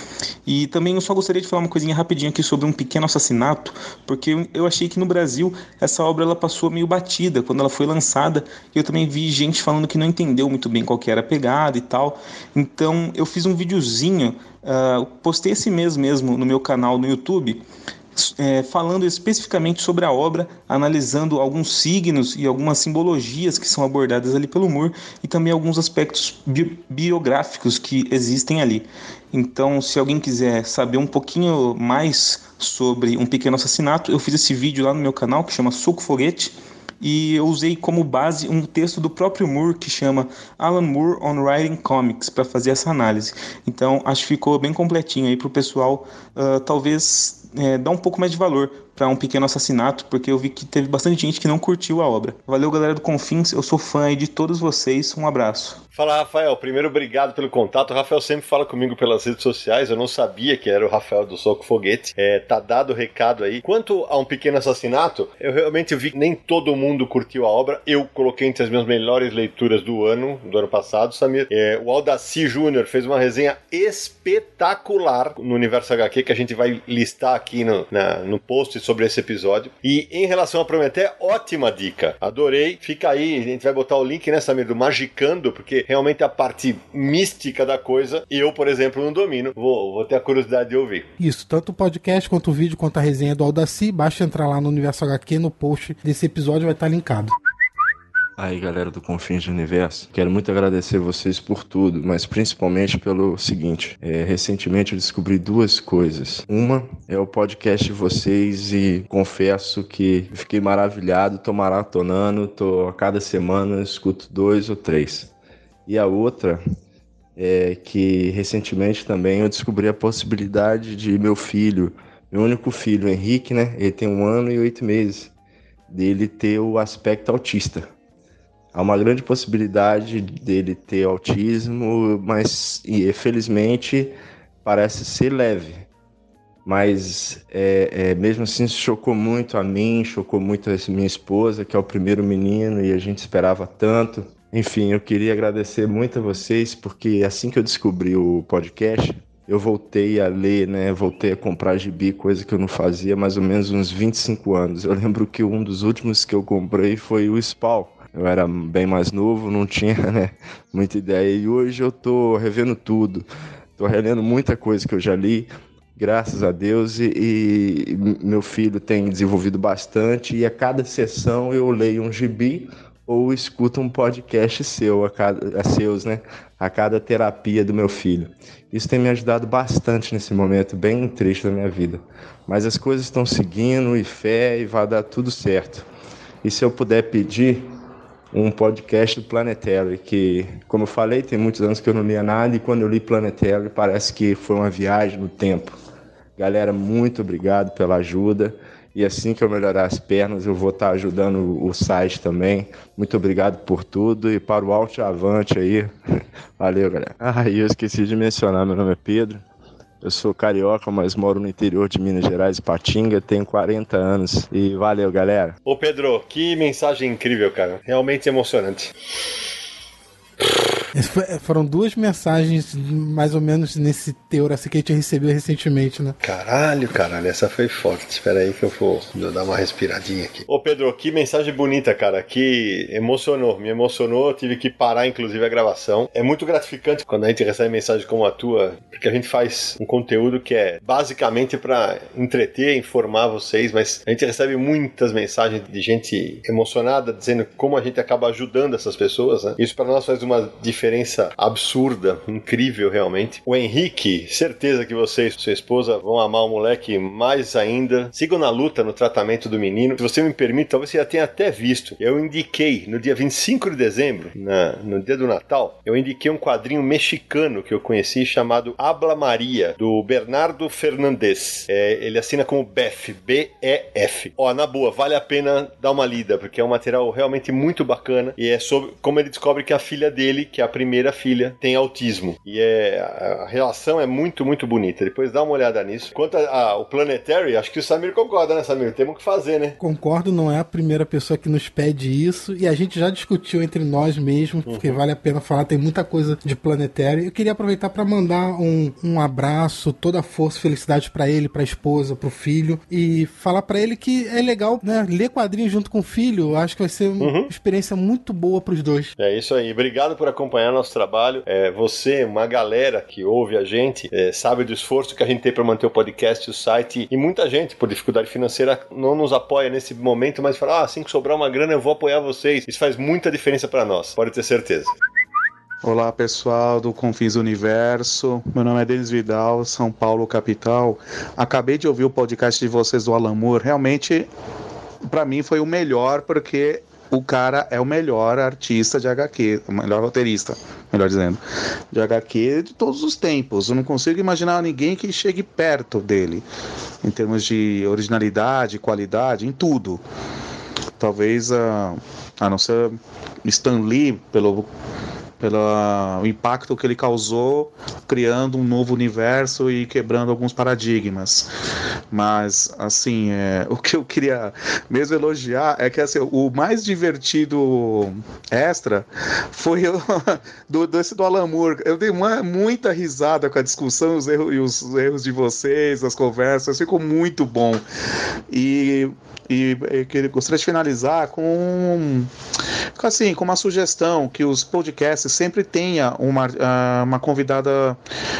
E também eu só gostaria de falar uma coisinha rapidinho aqui sobre Um Pequeno Assassinato, porque eu achei que no Brasil essa obra ela passou meio batida quando ela foi lançada, e eu também vi gente falando que não entendeu muito bem qual que era a pegada e tal. Então eu fiz um videozinho, postei esse mês mesmo no meu canal no YouTube, falando especificamente sobre a obra, analisando alguns signos e algumas simbologias que são abordadas ali pelo Moore, e também alguns aspectos biográficos que existem ali. Então, se alguém quiser saber um pouquinho mais sobre Um Pequeno Assassinato, eu fiz esse vídeo lá no meu canal, que chama Soco Foguete, e eu usei como base um texto do próprio Moore que chama Alan Moore on Writing Comics para fazer essa análise. Então acho que ficou bem completinho aí para o pessoal talvez dar um pouco mais de valor para Um Pequeno Assassinato, porque eu vi que teve bastante gente que não curtiu a obra. Valeu, galera do Confins, eu sou fã aí de todos vocês, um abraço. Fala, Rafael, primeiro obrigado pelo contato. O Rafael sempre fala comigo pelas redes sociais, eu não sabia que era o Rafael do Soco Foguete. Tá dado o recado aí. Quanto a Um Pequeno Assassinato, eu realmente vi que nem todo mundo curtiu a obra. Eu coloquei entre as minhas melhores leituras do ano passado, Samir. O Aldaci Júnior fez uma resenha espetacular no Universo HQ, que a gente vai listar aqui no post sobre esse episódio. E em relação a Prometeia, ótima dica. Adorei. Fica aí, a gente vai botar o link, né, Samir, do Magicando, porque realmente a parte mística da coisa, eu, por exemplo, não domino. Vou ter a curiosidade de ouvir. Isso, tanto o podcast, quanto o vídeo, quanto a resenha do Aldaci, basta entrar lá no Universo HQ, no post desse episódio vai estar linkado. Aí, galera do Confins do Universo, quero muito agradecer vocês por tudo, mas principalmente pelo seguinte, recentemente eu descobri duas coisas. Uma é o podcast de vocês e confesso que fiquei maravilhado, tô maratonando, a cada semana escuto 2 ou 3. E a outra é que recentemente também eu descobri a possibilidade de meu filho, meu único filho, Henrique, né? Ele tem 1 ano e 8 meses, dele ter o aspecto autista. Há uma grande possibilidade dele ter autismo, mas felizmente parece ser leve. Mas mesmo assim chocou muito a mim, chocou muito a minha esposa, que é o primeiro menino e a gente esperava tanto. Enfim, eu queria agradecer muito a vocês, porque assim que eu descobri o podcast, eu voltei a ler, né? Voltei a comprar gibi, coisa que eu não fazia há mais ou menos uns 25 anos. Eu lembro que um dos últimos que eu comprei foi o Spawn. Eu era bem mais novo, não tinha, né, muita ideia. E hoje eu tô revendo tudo. Tô relendo muita coisa que eu já li, graças a Deus. E meu filho tem desenvolvido bastante. E a cada sessão eu leio um gibi ou escuto um podcast seus, né? A cada terapia do meu filho. Isso tem me ajudado bastante nesse momento bem triste da minha vida. Mas as coisas estão seguindo, e fé, e vai dar tudo certo. E se eu puder pedir um podcast do Planetary, que, como eu falei, tem muitos anos que eu não lia nada, e quando eu li Planetary parece que foi uma viagem no tempo. Galera, muito obrigado pela ajuda, e assim que eu melhorar as pernas eu vou estar ajudando o site também. Muito obrigado por tudo, e para o alto e avante aí. Valeu, galera. E eu esqueci de mencionar, meu nome é Pedro. Eu sou carioca, mas moro no interior de Minas Gerais, Ipatinga, tenho 40 anos. E valeu, galera. Ô Pedro, que mensagem incrível, cara. Realmente emocionante. Foram 2 mensagens mais ou menos nesse teor assim que a gente recebeu recentemente, né? Caralho, essa foi forte. Espera aí que eu vou dar uma respiradinha aqui. Ô Pedro, que mensagem bonita, cara. Que me emocionou. Tive que parar inclusive a gravação. É muito gratificante quando a gente recebe mensagem como a tua, porque a gente faz um conteúdo que é basicamente pra entreter, informar vocês, mas a gente recebe muitas mensagens de gente emocionada dizendo como a gente acaba ajudando essas pessoas, né? Isso pra nós faz uma diferença absurda, incrível realmente. O Henrique, certeza que você e sua esposa vão amar o moleque mais ainda. Sigam na luta no tratamento do menino. Se você me permite, talvez você já tenha até visto. Eu indiquei no dia 25 de dezembro, no dia do Natal, eu indiquei um quadrinho mexicano que eu conheci chamado Habla Maria, do Bernardo Fernandes. Ele assina como BEF, B-E-F. Na boa, vale a pena dar uma lida, porque é um material realmente muito bacana e é sobre como ele descobre que a filha dele, que é a primeira filha, tem autismo. E a relação é muito, muito bonita. Depois dá uma olhada nisso. Quanto ao Planetary, acho que o Samir concorda, né, Samir? Temos que fazer, né? Concordo, não é a primeira pessoa que nos pede isso. E a gente já discutiu entre nós mesmos, porque vale a pena falar, tem muita coisa de Planetary. Eu queria aproveitar para mandar um abraço, toda a força e felicidade para ele, pra esposa, pro filho. E falar para ele que é legal, né, ler quadrinhos junto com o filho. Eu acho que vai ser uma experiência muito boa pros dois. É isso aí. Obrigado por acompanhar nosso trabalho. Você, uma galera que ouve a gente, sabe do esforço que a gente tem para manter o podcast, o site, e muita gente, por dificuldade financeira, não nos apoia nesse momento, mas fala, assim que sobrar uma grana eu vou apoiar vocês. Isso faz muita diferença para nós, pode ter certeza. Olá pessoal do Confins do Universo, meu nome é Denis Vidal, São Paulo, capital. Acabei de ouvir o podcast de vocês do Alan Moore, realmente para mim foi o melhor, porque o cara é o melhor artista de HQ, o melhor roteirista, melhor dizendo, de HQ de todos os tempos. Eu não consigo imaginar ninguém que chegue perto dele, em termos de originalidade, qualidade, em tudo. Talvez, a não ser Stan Lee, pelo impacto que ele causou, criando um novo universo e quebrando alguns paradigmas. Mas, assim, o que eu queria mesmo elogiar é que, assim, o mais divertido extra foi desse do Alan Moore. Eu dei muita risada com a discussão, os erros de vocês, as conversas, ficou muito bom. E E gostaria de finalizar com uma sugestão que os podcasts sempre tenha uma convidada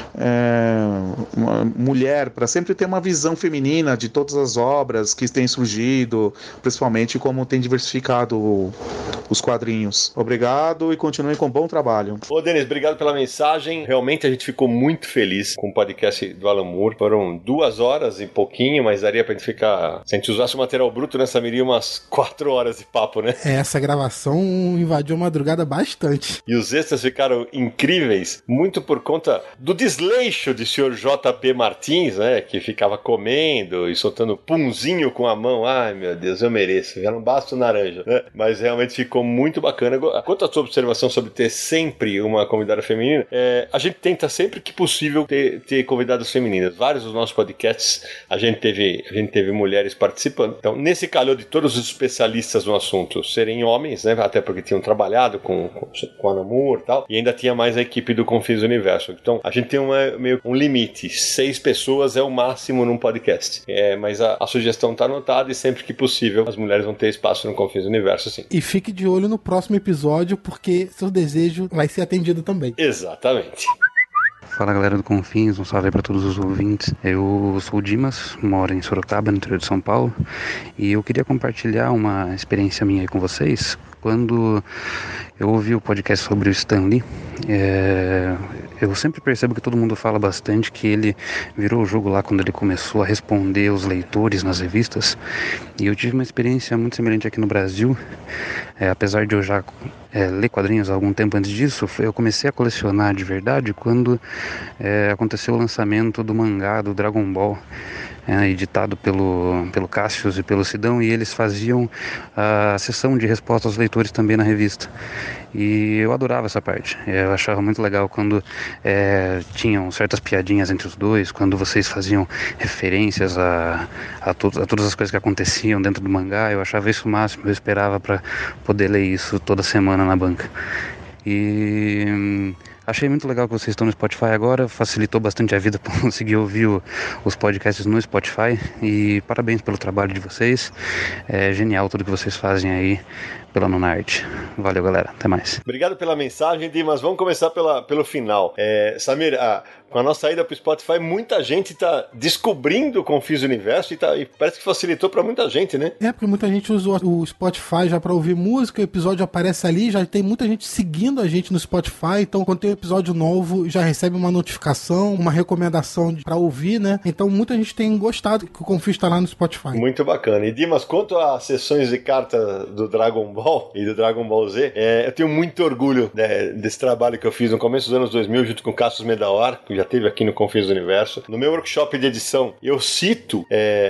uma mulher, para sempre ter uma visão feminina de todas as obras que têm surgido, principalmente como tem diversificado os quadrinhos. Obrigado e continuem com um bom trabalho. Ô, Denis, obrigado pela mensagem. Realmente a gente ficou muito feliz com o podcast do Alan Moore. Foram 2 horas e pouquinho, mas daria pra gente ficar... Se a gente usasse o material bruto, né, Samir, umas 4 horas de papo, né? Essa gravação invadiu a madrugada bastante. E os extras ficaram incríveis, muito por conta do desleixo de Sr. J.P. Martins, né, que ficava comendo e soltando punzinho com a mão. Ai, meu Deus, eu mereço. Já não basta o naranja, né? Mas realmente ficou muito bacana. Quanto à sua observação sobre ter sempre uma convidada feminina, a gente tenta sempre que possível ter convidadas femininas. Vários dos nossos podcasts a gente teve mulheres participando. Então, nesse calhou de todos os especialistas no assunto serem homens, né? Até porque tinham trabalhado com Alan Moore e tal, e ainda tinha mais a equipe do Confins do Universo. Então, a gente tem meio um limite. 6 pessoas é o máximo num podcast. Mas a sugestão está anotada e sempre que possível as mulheres vão ter espaço no Confins do Universo, sim. E fique de olho no próximo episódio, porque seu desejo vai ser atendido também. Exatamente. Fala, galera do Confins, um salve aí pra todos os ouvintes. Eu sou o Dimas, moro em Sorocaba, no interior de São Paulo, e eu queria compartilhar uma experiência minha aí com vocês. Quando eu ouvi o podcast sobre o Stan Lee, eu sempre percebo que todo mundo fala bastante que ele virou o jogo lá quando ele começou a responder os leitores nas revistas, e eu tive uma experiência muito semelhante aqui no Brasil. Apesar de eu já ler quadrinhos há algum tempo antes disso, eu comecei a colecionar de verdade quando aconteceu o lançamento do mangá do Dragon Ball, editado pelo Cassius e pelo Sidão, e eles faziam a sessão de resposta aos leitores também na revista. E eu adorava essa parte. Eu achava muito legal quando tinham certas piadinhas entre os dois, quando vocês faziam referências a todas as coisas que aconteciam dentro do mangá. Eu achava isso o máximo, eu esperava para poder ler isso toda semana na banca. E achei muito legal que vocês estão no Spotify agora, facilitou bastante a vida para conseguir ouvir os podcasts no Spotify, e parabéns pelo trabalho de vocês, é genial tudo que vocês fazem aí pela Nonarte. Valeu, galera, até mais. Obrigado pela mensagem, Dimas. Vamos começar pelo final. Samir, com a nossa ida para o Spotify, muita gente está descobrindo o Confins do Universo e parece que facilitou para muita gente, né? Porque muita gente usa o Spotify já para ouvir música, o episódio aparece ali, já tem muita gente seguindo a gente no Spotify, então quando tem um episódio novo, já recebe uma notificação, uma recomendação para ouvir, né? Então muita gente tem gostado que o Confins está lá no Spotify. Muito bacana. E Dimas, quanto às sessões de carta do Dragon Ball e do Dragon Ball Z, eu tenho muito orgulho desse trabalho que eu fiz no começo dos anos 2000 junto com o Cassius Medawar, que já teve aqui no Confins do Universo. No meu workshop de edição, eu cito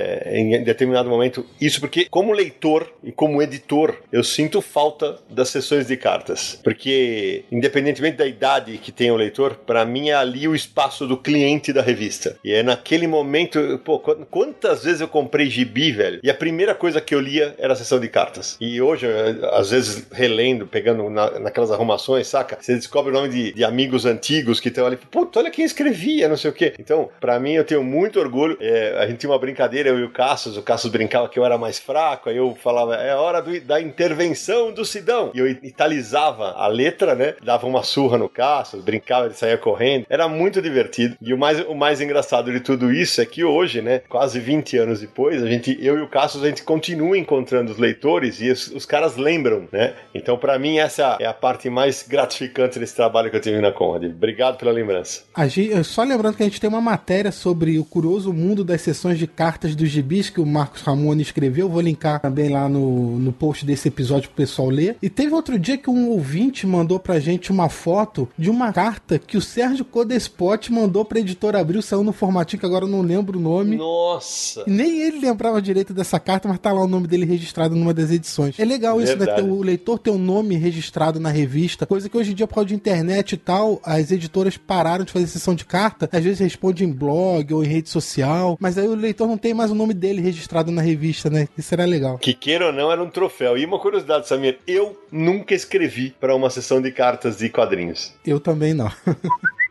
em determinado momento isso porque, como leitor e como editor, eu sinto falta das sessões de cartas, porque independentemente da idade que tem o leitor, para mim é ali o espaço do cliente da revista, e é naquele momento, quantas vezes eu comprei gibi, velho, e a primeira coisa que eu lia era a sessão de cartas, e hoje, às vezes relendo, pegando naquelas arrumações, saca? Você descobre o nome de amigos antigos que estão ali, puta, olha quem escrevia, não sei o quê. Então, pra mim, eu tenho muito orgulho. A gente tinha uma brincadeira, eu e o Cassius brincava que eu era mais fraco, aí eu falava, é hora da intervenção do Sidão. E eu italizava a letra, né? Dava uma surra no Cassius, brincava, ele saía correndo. Era muito divertido. E o mais engraçado de tudo isso é que hoje, né, quase 20 anos depois, eu e o Cassius, a gente continua encontrando os leitores e os caras lembram, né? Então, pra mim, essa é a parte mais gratificante desse trabalho que eu tive na Conrad. Obrigado pela lembrança. Só lembrando que a gente tem uma matéria sobre o curioso mundo das sessões de cartas dos gibis que o Marcos Ramone escreveu. Vou linkar também lá no post desse episódio pro pessoal ler. E teve outro dia que um ouvinte mandou pra gente uma foto de uma carta que o Sérgio Codespot mandou pra Editora Abril, saiu no formatinho que agora eu não lembro o nome. Nossa! E nem ele lembrava direito dessa carta, mas tá lá o nome dele registrado numa das edições. É legal isso, né? O leitor ter um nome registrado na revista, coisa que hoje em dia, por causa de internet e tal, as editoras pararam de fazer sessão de carta, às vezes responde em blog ou em rede social, mas aí o leitor não tem mais o nome dele registrado na revista, né? Isso era legal. Que queira ou não, era um troféu. E uma curiosidade, Samir, eu nunca escrevi para uma sessão de cartas de quadrinhos. Eu também não.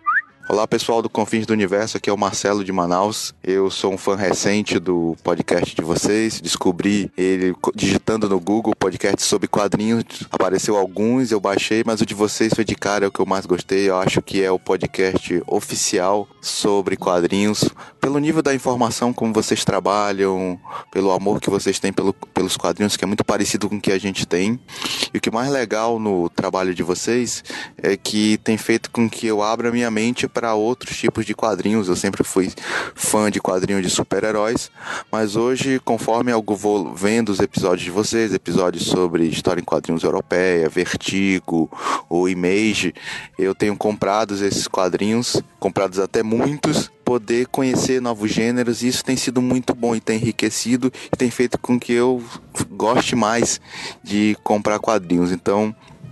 Olá pessoal do Confins do Universo, aqui é o Marcelo de Manaus. Eu sou um fã recente do podcast de vocês, descobri ele digitando no Google podcast sobre quadrinhos, apareceu alguns, eu baixei, mas o de vocês foi de cara, é o que eu mais gostei. Eu acho que é o podcast oficial sobre quadrinhos, pelo nível da informação, como vocês trabalham, pelo amor que vocês têm pelos quadrinhos, que é muito parecido com o que a gente tem. E o que mais legal no trabalho de vocês é que tem feito com que eu abra minha mente para outros tipos de quadrinhos. Eu sempre fui fã de quadrinhos de super-heróis, mas hoje, conforme eu vou vendo os episódios de vocês, episódios sobre história em quadrinhos europeia, Vertigo ou Image, eu tenho comprado esses quadrinhos, comprados até muitos, poder conhecer novos gêneros, e isso tem sido muito bom e tem enriquecido e tem feito com que eu goste mais de comprar quadrinhos. Então,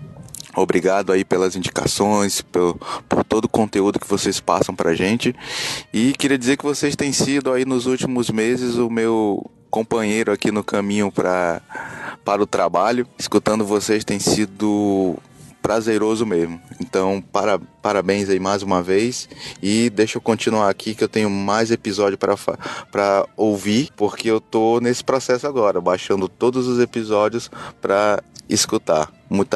obrigado aí pelas indicações, por todo o conteúdo que vocês passam pra gente. E queria dizer que vocês têm sido aí nos últimos meses o meu companheiro aqui no caminho para o trabalho. Escutando vocês tem sido prazeroso mesmo. Então, parabéns aí mais uma vez. E deixa eu continuar aqui que eu tenho mais episódio para ouvir, porque eu tô nesse processo agora, baixando todos os episódios para escutar.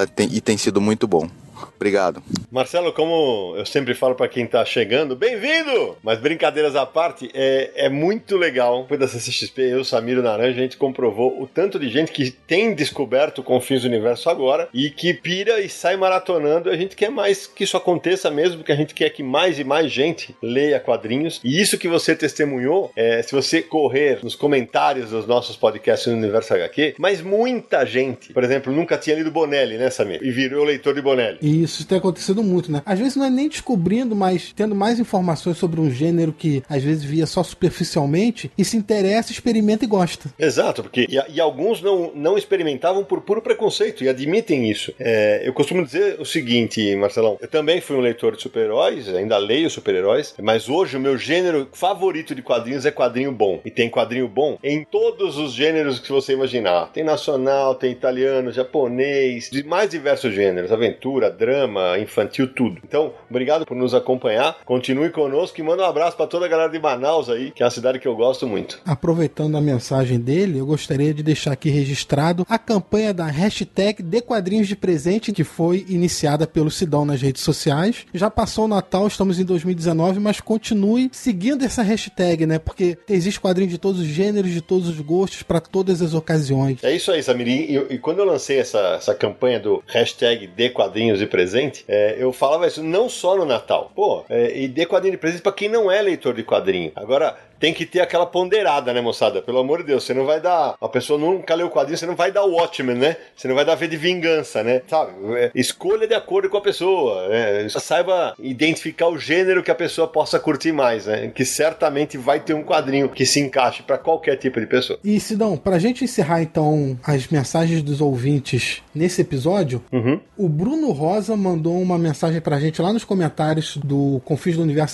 E tem sido muito bom. Obrigado. Marcelo, como eu sempre falo para quem tá chegando, bem-vindo! Mas brincadeiras à parte, é muito legal. Depois da CCXP, eu, Samir e o Naranja, a gente comprovou o tanto de gente que tem descoberto Confins do Universo agora e que pira e sai maratonando. A gente quer mais que isso aconteça mesmo, porque a gente quer que mais e mais gente leia quadrinhos. E isso que você testemunhou, se você correr nos comentários dos nossos podcasts no Universo HQ, mas muita gente, por exemplo, nunca tinha lido Bonelli, né, Samir? E virou leitor de Bonelli. E isso tem acontecido muito, né? Às vezes não é nem descobrindo, mas tendo mais informações sobre um gênero que às vezes via só superficialmente e se interessa, experimenta e gosta. Exato, porque e alguns não experimentavam por puro preconceito e admitem isso. Eu costumo dizer o seguinte, Marcelão, eu também fui um leitor de super-heróis, ainda leio super-heróis, mas hoje o meu gênero favorito de quadrinhos é quadrinho bom. E tem quadrinho bom em todos os gêneros que você imaginar. Tem nacional, tem italiano, japonês, de mais diversos gêneros, aventura, drama, infantil, tudo. Então, obrigado por nos acompanhar, continue conosco e manda um abraço para toda a galera de Manaus aí, que é uma cidade que eu gosto muito. Aproveitando a mensagem dele, eu gostaria de deixar aqui registrado a campanha da hashtag Dê Quadrinhos de Presente, que foi iniciada pelo Sidão nas redes sociais. Já passou o Natal, estamos em 2019, mas continue seguindo essa hashtag, né? Porque existe quadrinhos de todos os gêneros, de todos os gostos, para todas as ocasiões. É isso aí, Samir. E quando eu lancei essa campanha do hashtag Dê Quadrinhos de Presente, eu falava isso não só no Natal. E dê quadrinho de presente pra quem não é leitor de quadrinho. Agora, tem que ter aquela ponderada, né, moçada? Pelo amor de Deus, você não vai dar... A pessoa nunca leu o quadrinho, você não vai dar o Watchmen, né? Você não vai dar V de Vingança, né? Sabe? Escolha de acordo com a pessoa. Saiba identificar o gênero que a pessoa possa curtir mais, né? Que certamente vai ter um quadrinho que se encaixe pra qualquer tipo de pessoa. E, Sidão, pra gente encerrar, então, as mensagens dos ouvintes nesse episódio, o Bruno Rosa mandou uma mensagem pra gente lá nos comentários do Confins do Universo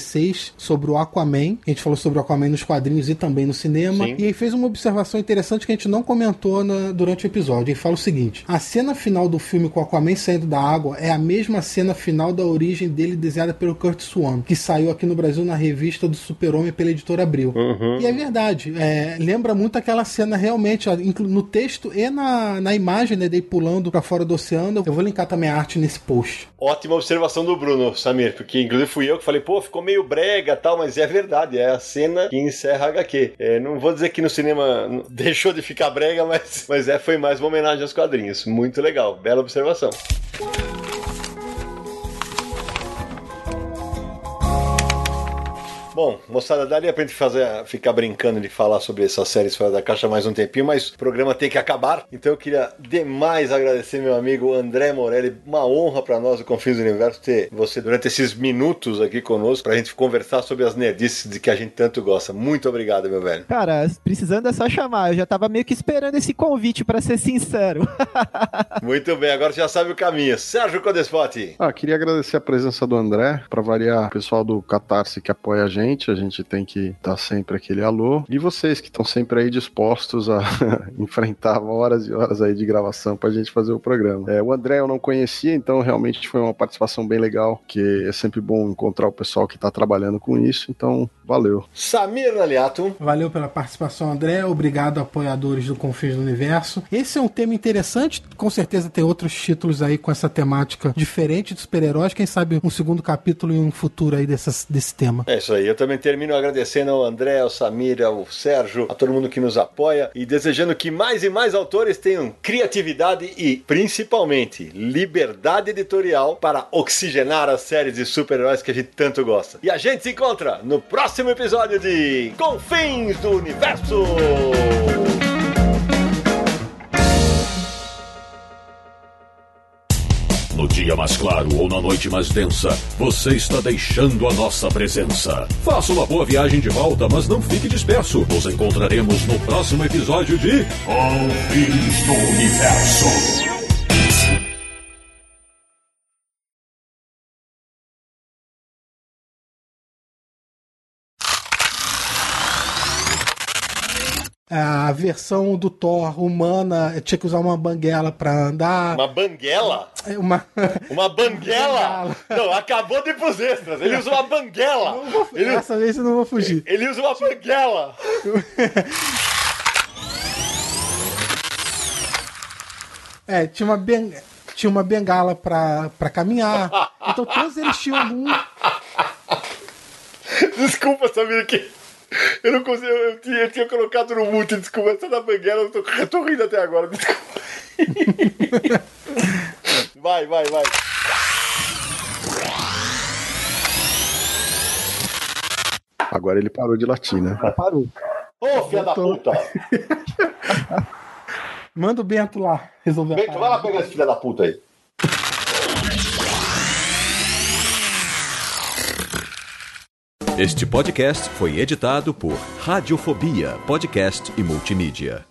66 sobre o Aquaman. A gente falou sobre o Aquaman nos quadrinhos e também no cinema. Sim. E aí fez uma observação interessante que a gente não comentou durante o episódio. Ele fala o seguinte: a cena final do filme com o Aquaman saindo da água é a mesma cena final da origem dele desenhada pelo Curt Swan, que saiu aqui no Brasil na revista do Super-Homem pela editora Abril. E é verdade. Lembra muito aquela cena realmente, no texto e na imagem, né, dele pulando pra fora do oceano. Eu vou linkar também a arte nesse post. Ótima observação do Bruno, Samir, porque inclusive fui eu que falei, ficou meio brega e tal, mas é verdade, é a cena que encerra a HQ. Não vou dizer que no cinema deixou de ficar brega, mas foi mais uma homenagem aos quadrinhos. Muito legal, bela observação. Bom, moçada, daria pra gente ficar brincando de falar sobre essas séries fora da caixa mais um tempinho, mas o programa tem que acabar. Então eu queria demais agradecer meu amigo André Morelli. Uma honra pra nós do Confins do Universo ter você durante esses minutos aqui conosco pra gente conversar sobre as nerdices de que a gente tanto gosta. Muito obrigado, meu velho. Cara, precisando é só chamar. Eu já tava meio que esperando esse convite, pra ser sincero. Muito bem, agora você já sabe o caminho. Sérgio Codespot. Queria agradecer a presença do André, pra variar o pessoal do Catarse que apoia a gente a gente tem que dar sempre aquele alô. E vocês que estão sempre aí dispostos a enfrentar horas e horas aí de gravação pra gente fazer o programa. O André eu não conhecia, então realmente foi uma participação bem legal, que é sempre bom encontrar o pessoal que tá trabalhando com isso, então valeu. Samir Naliato. Valeu pela participação, André. Obrigado, apoiadores do Confins do Universo. Esse é um tema interessante, com certeza tem outros títulos aí com essa temática diferente de super-heróis, quem sabe um segundo capítulo em um futuro aí desse tema. É isso aí, eu também termino agradecendo ao André, ao Samir, ao Sérgio, a todo mundo que nos apoia e desejando que mais e mais autores tenham criatividade e, principalmente, liberdade editorial para oxigenar as séries de super-heróis que a gente tanto gosta. E a gente se encontra no próximo episódio de Confins do Universo! No dia mais claro ou na noite mais densa, você está deixando a nossa presença. Faça uma boa viagem de volta, mas não fique disperso. Nos encontraremos no próximo episódio de Confins do Universo. A versão do Thor humana tinha que usar uma banguela pra andar. Uma banguela? Uma banguela? Não, acabou de ir pros extras. Ele usa uma banguela. Dessa vez eu não vou fugir. Ele usa uma banguela. Tinha uma bengala pra caminhar. Então todos eles tinham algum... Desculpa, Samir, que... Eu não consigo, eu tinha colocado no mute, desculpa, essa da banguela, eu tô rindo até agora, desculpa. Vai. Agora ele parou de latir, né? Parou. Ô, filha da puta! Manda o Bento lá resolver. Bento, vai lá pegar esse filho da puta aí. Este podcast foi editado por Radiofobia, podcast e multimídia.